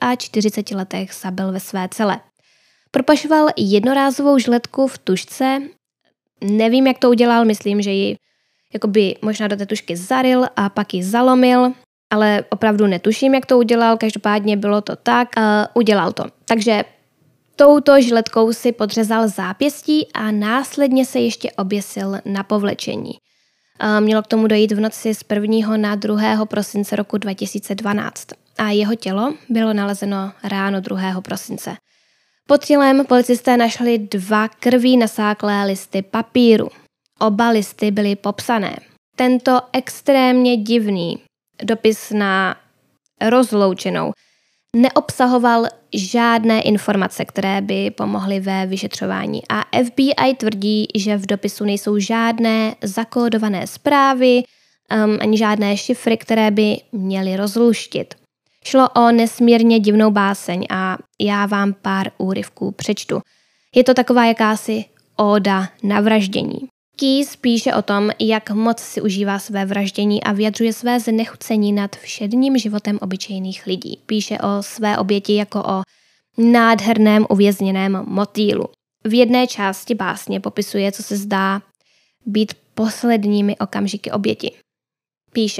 43 letech zabil ve své cele. Propašoval jednorázovou žiletku v tužce, nevím, jak to udělal, myslím, že ji možná do té tužky zaryl a pak ji zalomil, ale opravdu netuším, jak to udělal, každopádně bylo to tak, udělal to. Takže touto žiletkou si podřezal zápěstí a následně se ještě oběsil na povlečení. Mělo k tomu dojít v noci z 1. na 2. prosince roku 2012 a jeho tělo bylo nalezeno ráno 2. prosince. Pod tělem policisté našli 2 krví nasáklé listy papíru. Oba listy byly popsané. Tento extrémně divný dopis na rozloučenou neobsahoval žádné informace, které by pomohly ve vyšetřování. A FBI tvrdí, že v dopisu nejsou žádné zakódované zprávy, ani žádné šifry, které by měly rozluštit. Šlo o nesmírně divnou báseň a já vám pár úryvků přečtu. Je to taková jakási óda na vraždění. Keyes píše o tom, jak moc si užívá své vraždění a vyjadřuje své znechucení nad všedním životem obyčejných lidí. Píše o své oběti jako o nádherném uvězněném motýlu. V jedné části básně popisuje, co se zdá být posledními okamžiky oběti. Píše: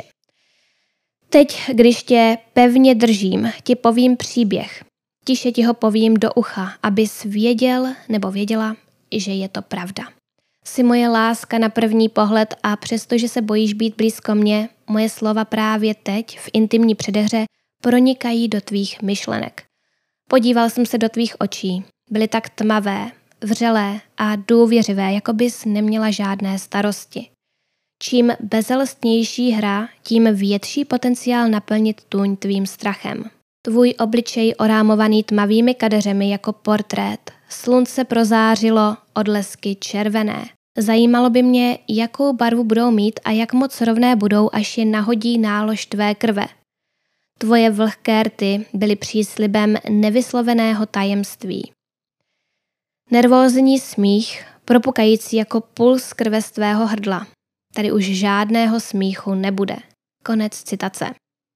Teď, když tě pevně držím, ti povím příběh. Tiše ti ho povím do ucha, abys věděl nebo věděla, že je to pravda. Jsi moje láska na první pohled a přestože se bojíš být blízko mě, moje slova právě teď v intimní předehře pronikají do tvých myšlenek. Podíval jsem se do tvých očí. Byly tak tmavé, vřelé a důvěřivé, jako bys neměla žádné starosti. Čím bezelstnější hra, tím větší potenciál naplnit tůň tvým strachem. Tvůj obličej orámovaný tmavými kadeřemi jako portrét. Slunce prozářilo odlesky červené. Zajímalo by mě, jakou barvu budou mít a jak moc rovné budou, až je nahodí nálož tvé krve. Tvoje vlhké rty byly příslibem nevysloveného tajemství. Nervózní smích, propukající jako puls krve z tvého hrdla. Tady už žádného smíchu nebude. Konec citace.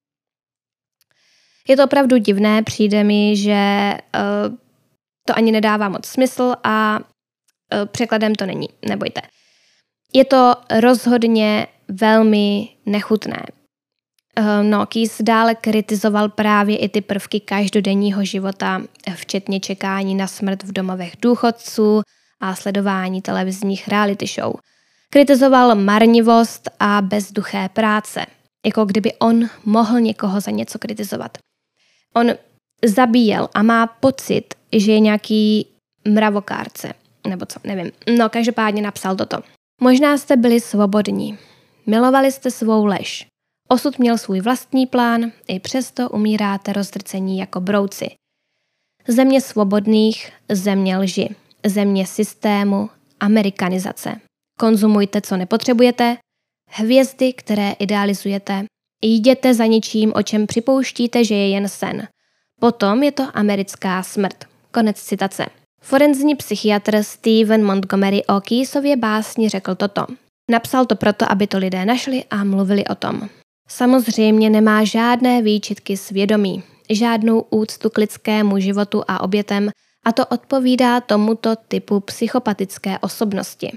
Je to opravdu divné, přijde mi, že to ani nedává moc smysl a překladem to není, nebojte. Je to rozhodně velmi nechutné. Keyes dále kritizoval právě i ty prvky každodenního života, včetně čekání na smrt v domovech důchodců a sledování televizních reality show. Kritizoval marnivost a bezduché práce, jako kdyby on mohl někoho za něco kritizovat. On zabíjel a má pocit, že je nějaký mravokárce, nebo co, nevím. Každopádně napsal toto. Možná jste byli svobodní. Milovali jste svou lež. Osud měl svůj vlastní plán, i přesto umíráte rozdrcení jako brouci. Země svobodných, země lži, země systému, amerikanizace. Konzumujte, co nepotřebujete, hvězdy, které idealizujete, jděte za něčím, o čem připouštíte, že je jen sen. Potom je to americká smrt. Konec citace. Forenzní psychiatr Stephen Montgomery o Keyesově básni řekl toto. Napsal to proto, aby to lidé našli a mluvili o tom. Samozřejmě nemá žádné výčitky svědomí, žádnou úctu k lidskému životu a obětem a to odpovídá tomuto typu psychopatické osobnosti.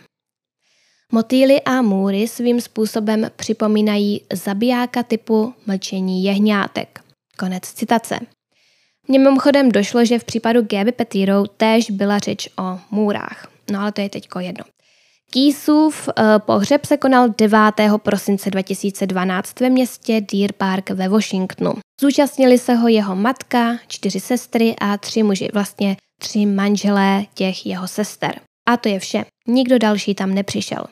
Motýly a můry svým způsobem připomínají zabijáka typu mlčení jehňátek. Konec citace. Mně mimochodem došlo, že v případu Gaby Petiro též byla řeč o můrách. Ale to je teďko jedno. Keyesův pohřeb se konal 9. prosince 2012 ve městě Deer Park ve Washingtonu. Zúčastnili se ho jeho matka, 4 sestry a 3 muži, vlastně 3 manželé těch jeho sester. A to je vše. Nikdo další tam nepřišel.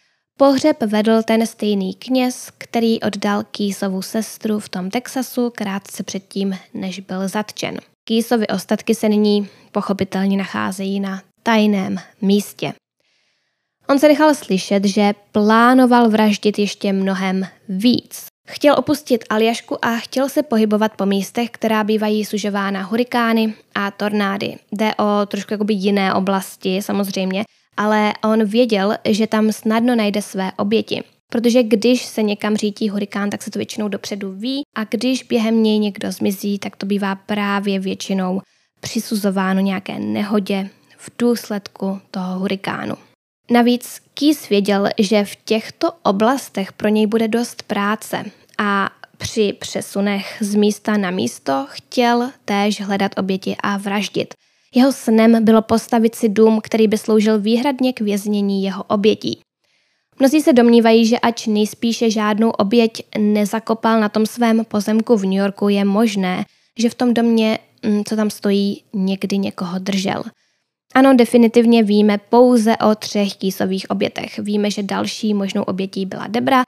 Pohřeb vedl ten stejný kněz, který oddal Keyesovu sestru v tom Texasu krátce předtím, než byl zatčen. Keyesovy ostatky se nyní pochopitelně nacházejí na tajném místě. On se nechal slyšet, že plánoval vraždit ještě mnohem víc. Chtěl opustit Aljašku a chtěl se pohybovat po místech, která bývají sužována hurikány a tornády. Jde o trošku jakoby jiné oblasti samozřejmě, ale on věděl, že tam snadno najde své oběti. Protože když se někam řítí hurikán, tak se to většinou dopředu ví a když během něj někdo zmizí, tak to bývá právě většinou přisuzováno nějaké nehodě v důsledku toho hurikánu. Navíc Keyes věděl, že v těchto oblastech pro něj bude dost práce a při přesunech z místa na místo chtěl též hledat oběti a vraždit. Jeho snem bylo postavit si dům, který by sloužil výhradně k věznění jeho obětí. Mnozí se domnívají, že ač nejspíše žádnou oběť nezakopal na tom svém pozemku v New Yorku, je možné, že v tom domě, co tam stojí, někdy někoho držel. Ano, definitivně víme pouze o 3 Keyesových obětech. Víme, že další možnou obětí byla Debra,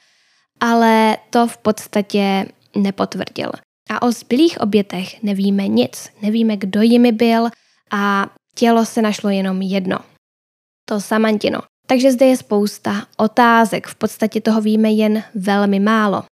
ale to v podstatě nepotvrdil. A o zbylých obětech nevíme nic. Nevíme, kdo jimi byl a tělo se našlo jenom jedno. To Samantino. Takže zde je spousta otázek. V podstatě toho víme jen velmi málo.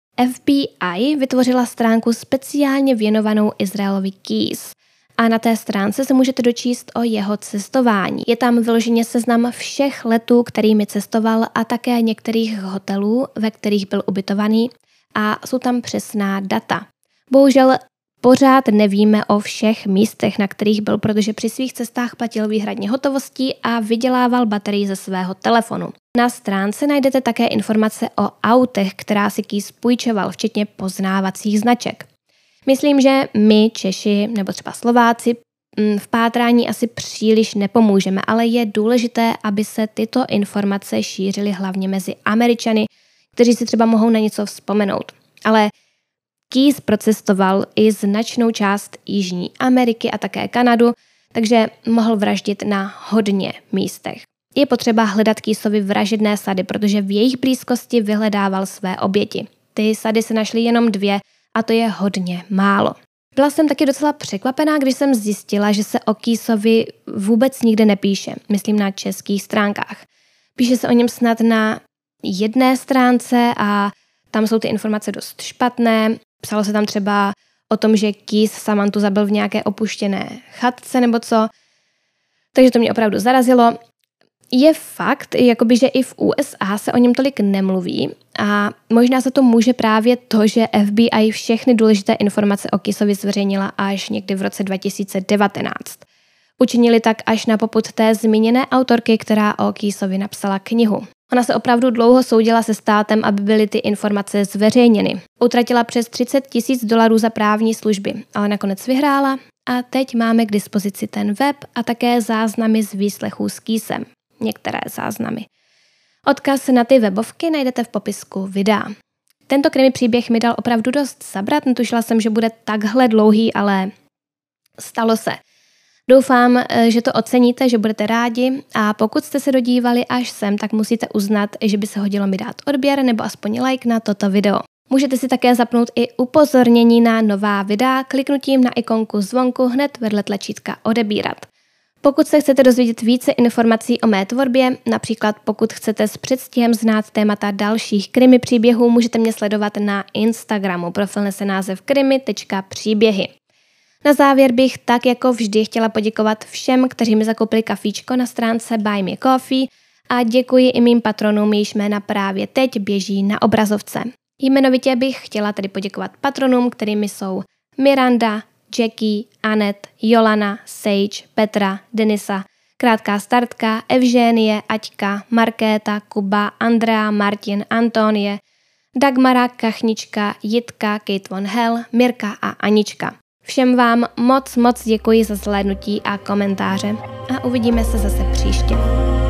FBI vytvořila stránku speciálně věnovanou Israelovi Keyes. A na té stránce se můžete dočíst o jeho cestování. Je tam vyloženě seznam všech letů, kterými cestoval a také některých hotelů, ve kterých byl ubytovaný a jsou tam přesná data. Bohužel pořád nevíme o všech místech, na kterých byl, protože při svých cestách platil výhradně hotovostí a vydělával baterii ze svého telefonu. Na stránce najdete také informace o autech, která si Keyes půjčoval, včetně poznávacích značek. Myslím, že my, Češi nebo třeba Slováci, v pátrání asi příliš nepomůžeme, ale je důležité, aby se tyto informace šířily hlavně mezi Američany, kteří si třeba mohou na něco vzpomenout. Ale Keyes procestoval i značnou část Jižní Ameriky a také Kanadu, takže mohl vraždit na hodně místech. Je potřeba hledat Keyesovy vražedné sady, protože v jejich blízkosti vyhledával své oběti. Ty sady se našly jenom 2, a to je hodně málo. Byla jsem taky docela překvapená, když jsem zjistila, že se o Keyesovi vůbec nikde nepíše, myslím na českých stránkách. Píše se o něm snad na jedné stránce a tam jsou ty informace dost špatné. Psalo se tam třeba o tom, že Keyes Samantu zabil v nějaké opuštěné chatce nebo co. Takže to mě opravdu zarazilo. Je fakt, jakoby, že i v USA se o něm tolik nemluví a možná za to může právě to, že FBI všechny důležité informace o Keesovi zveřejnila až někdy v roce 2019. Učinili tak až na popud té zmíněné autorky, která o Keesovi napsala knihu. Ona se opravdu dlouho soudila se státem, aby byly ty informace zveřejněny. Utratila přes $30,000 za právní služby, ale nakonec vyhrála a teď máme k dispozici ten web a také záznamy z výslechů s Keesem. Některé záznamy. Odkaz na ty webovky najdete v popisku videa. Tento krimi příběh mi dal opravdu dost zabrat, netušila jsem, že bude takhle dlouhý, ale stalo se. Doufám, že to oceníte, že budete rádi a pokud jste se dodívali až sem, tak musíte uznat, že by se hodilo mi dát odběr nebo aspoň like na toto video. Můžete si také zapnout i upozornění na nová videa kliknutím na ikonku zvonku hned vedle tlačítka odebírat. Pokud se chcete dozvědět více informací o mé tvorbě, například pokud chcete s předstihem znát témata dalších krimi příběhů, můžete mě sledovat na Instagramu. Profil nese název krimi.příběhy. Na závěr bych tak jako vždy chtěla poděkovat všem, kteří mi zakoupili kafíčko na stránce Buy Me Coffee a děkuji i mým patronům, jejichž jména právě teď běží na obrazovce. Jmenovitě bych chtěla tedy poděkovat patronům, kterými jsou Miranda, Jackie, Anet, Jolana, Sage, Petra, Denisa, Krátká startka, Evženie, Aťka, Markéta, Kuba, Andrea, Martin, Antonie, Dagmara, Kachnička, Jitka, Kate von Hell, Mirka a Anička. Všem vám moc děkuji za zhlédnutí a komentáře a uvidíme se zase příště.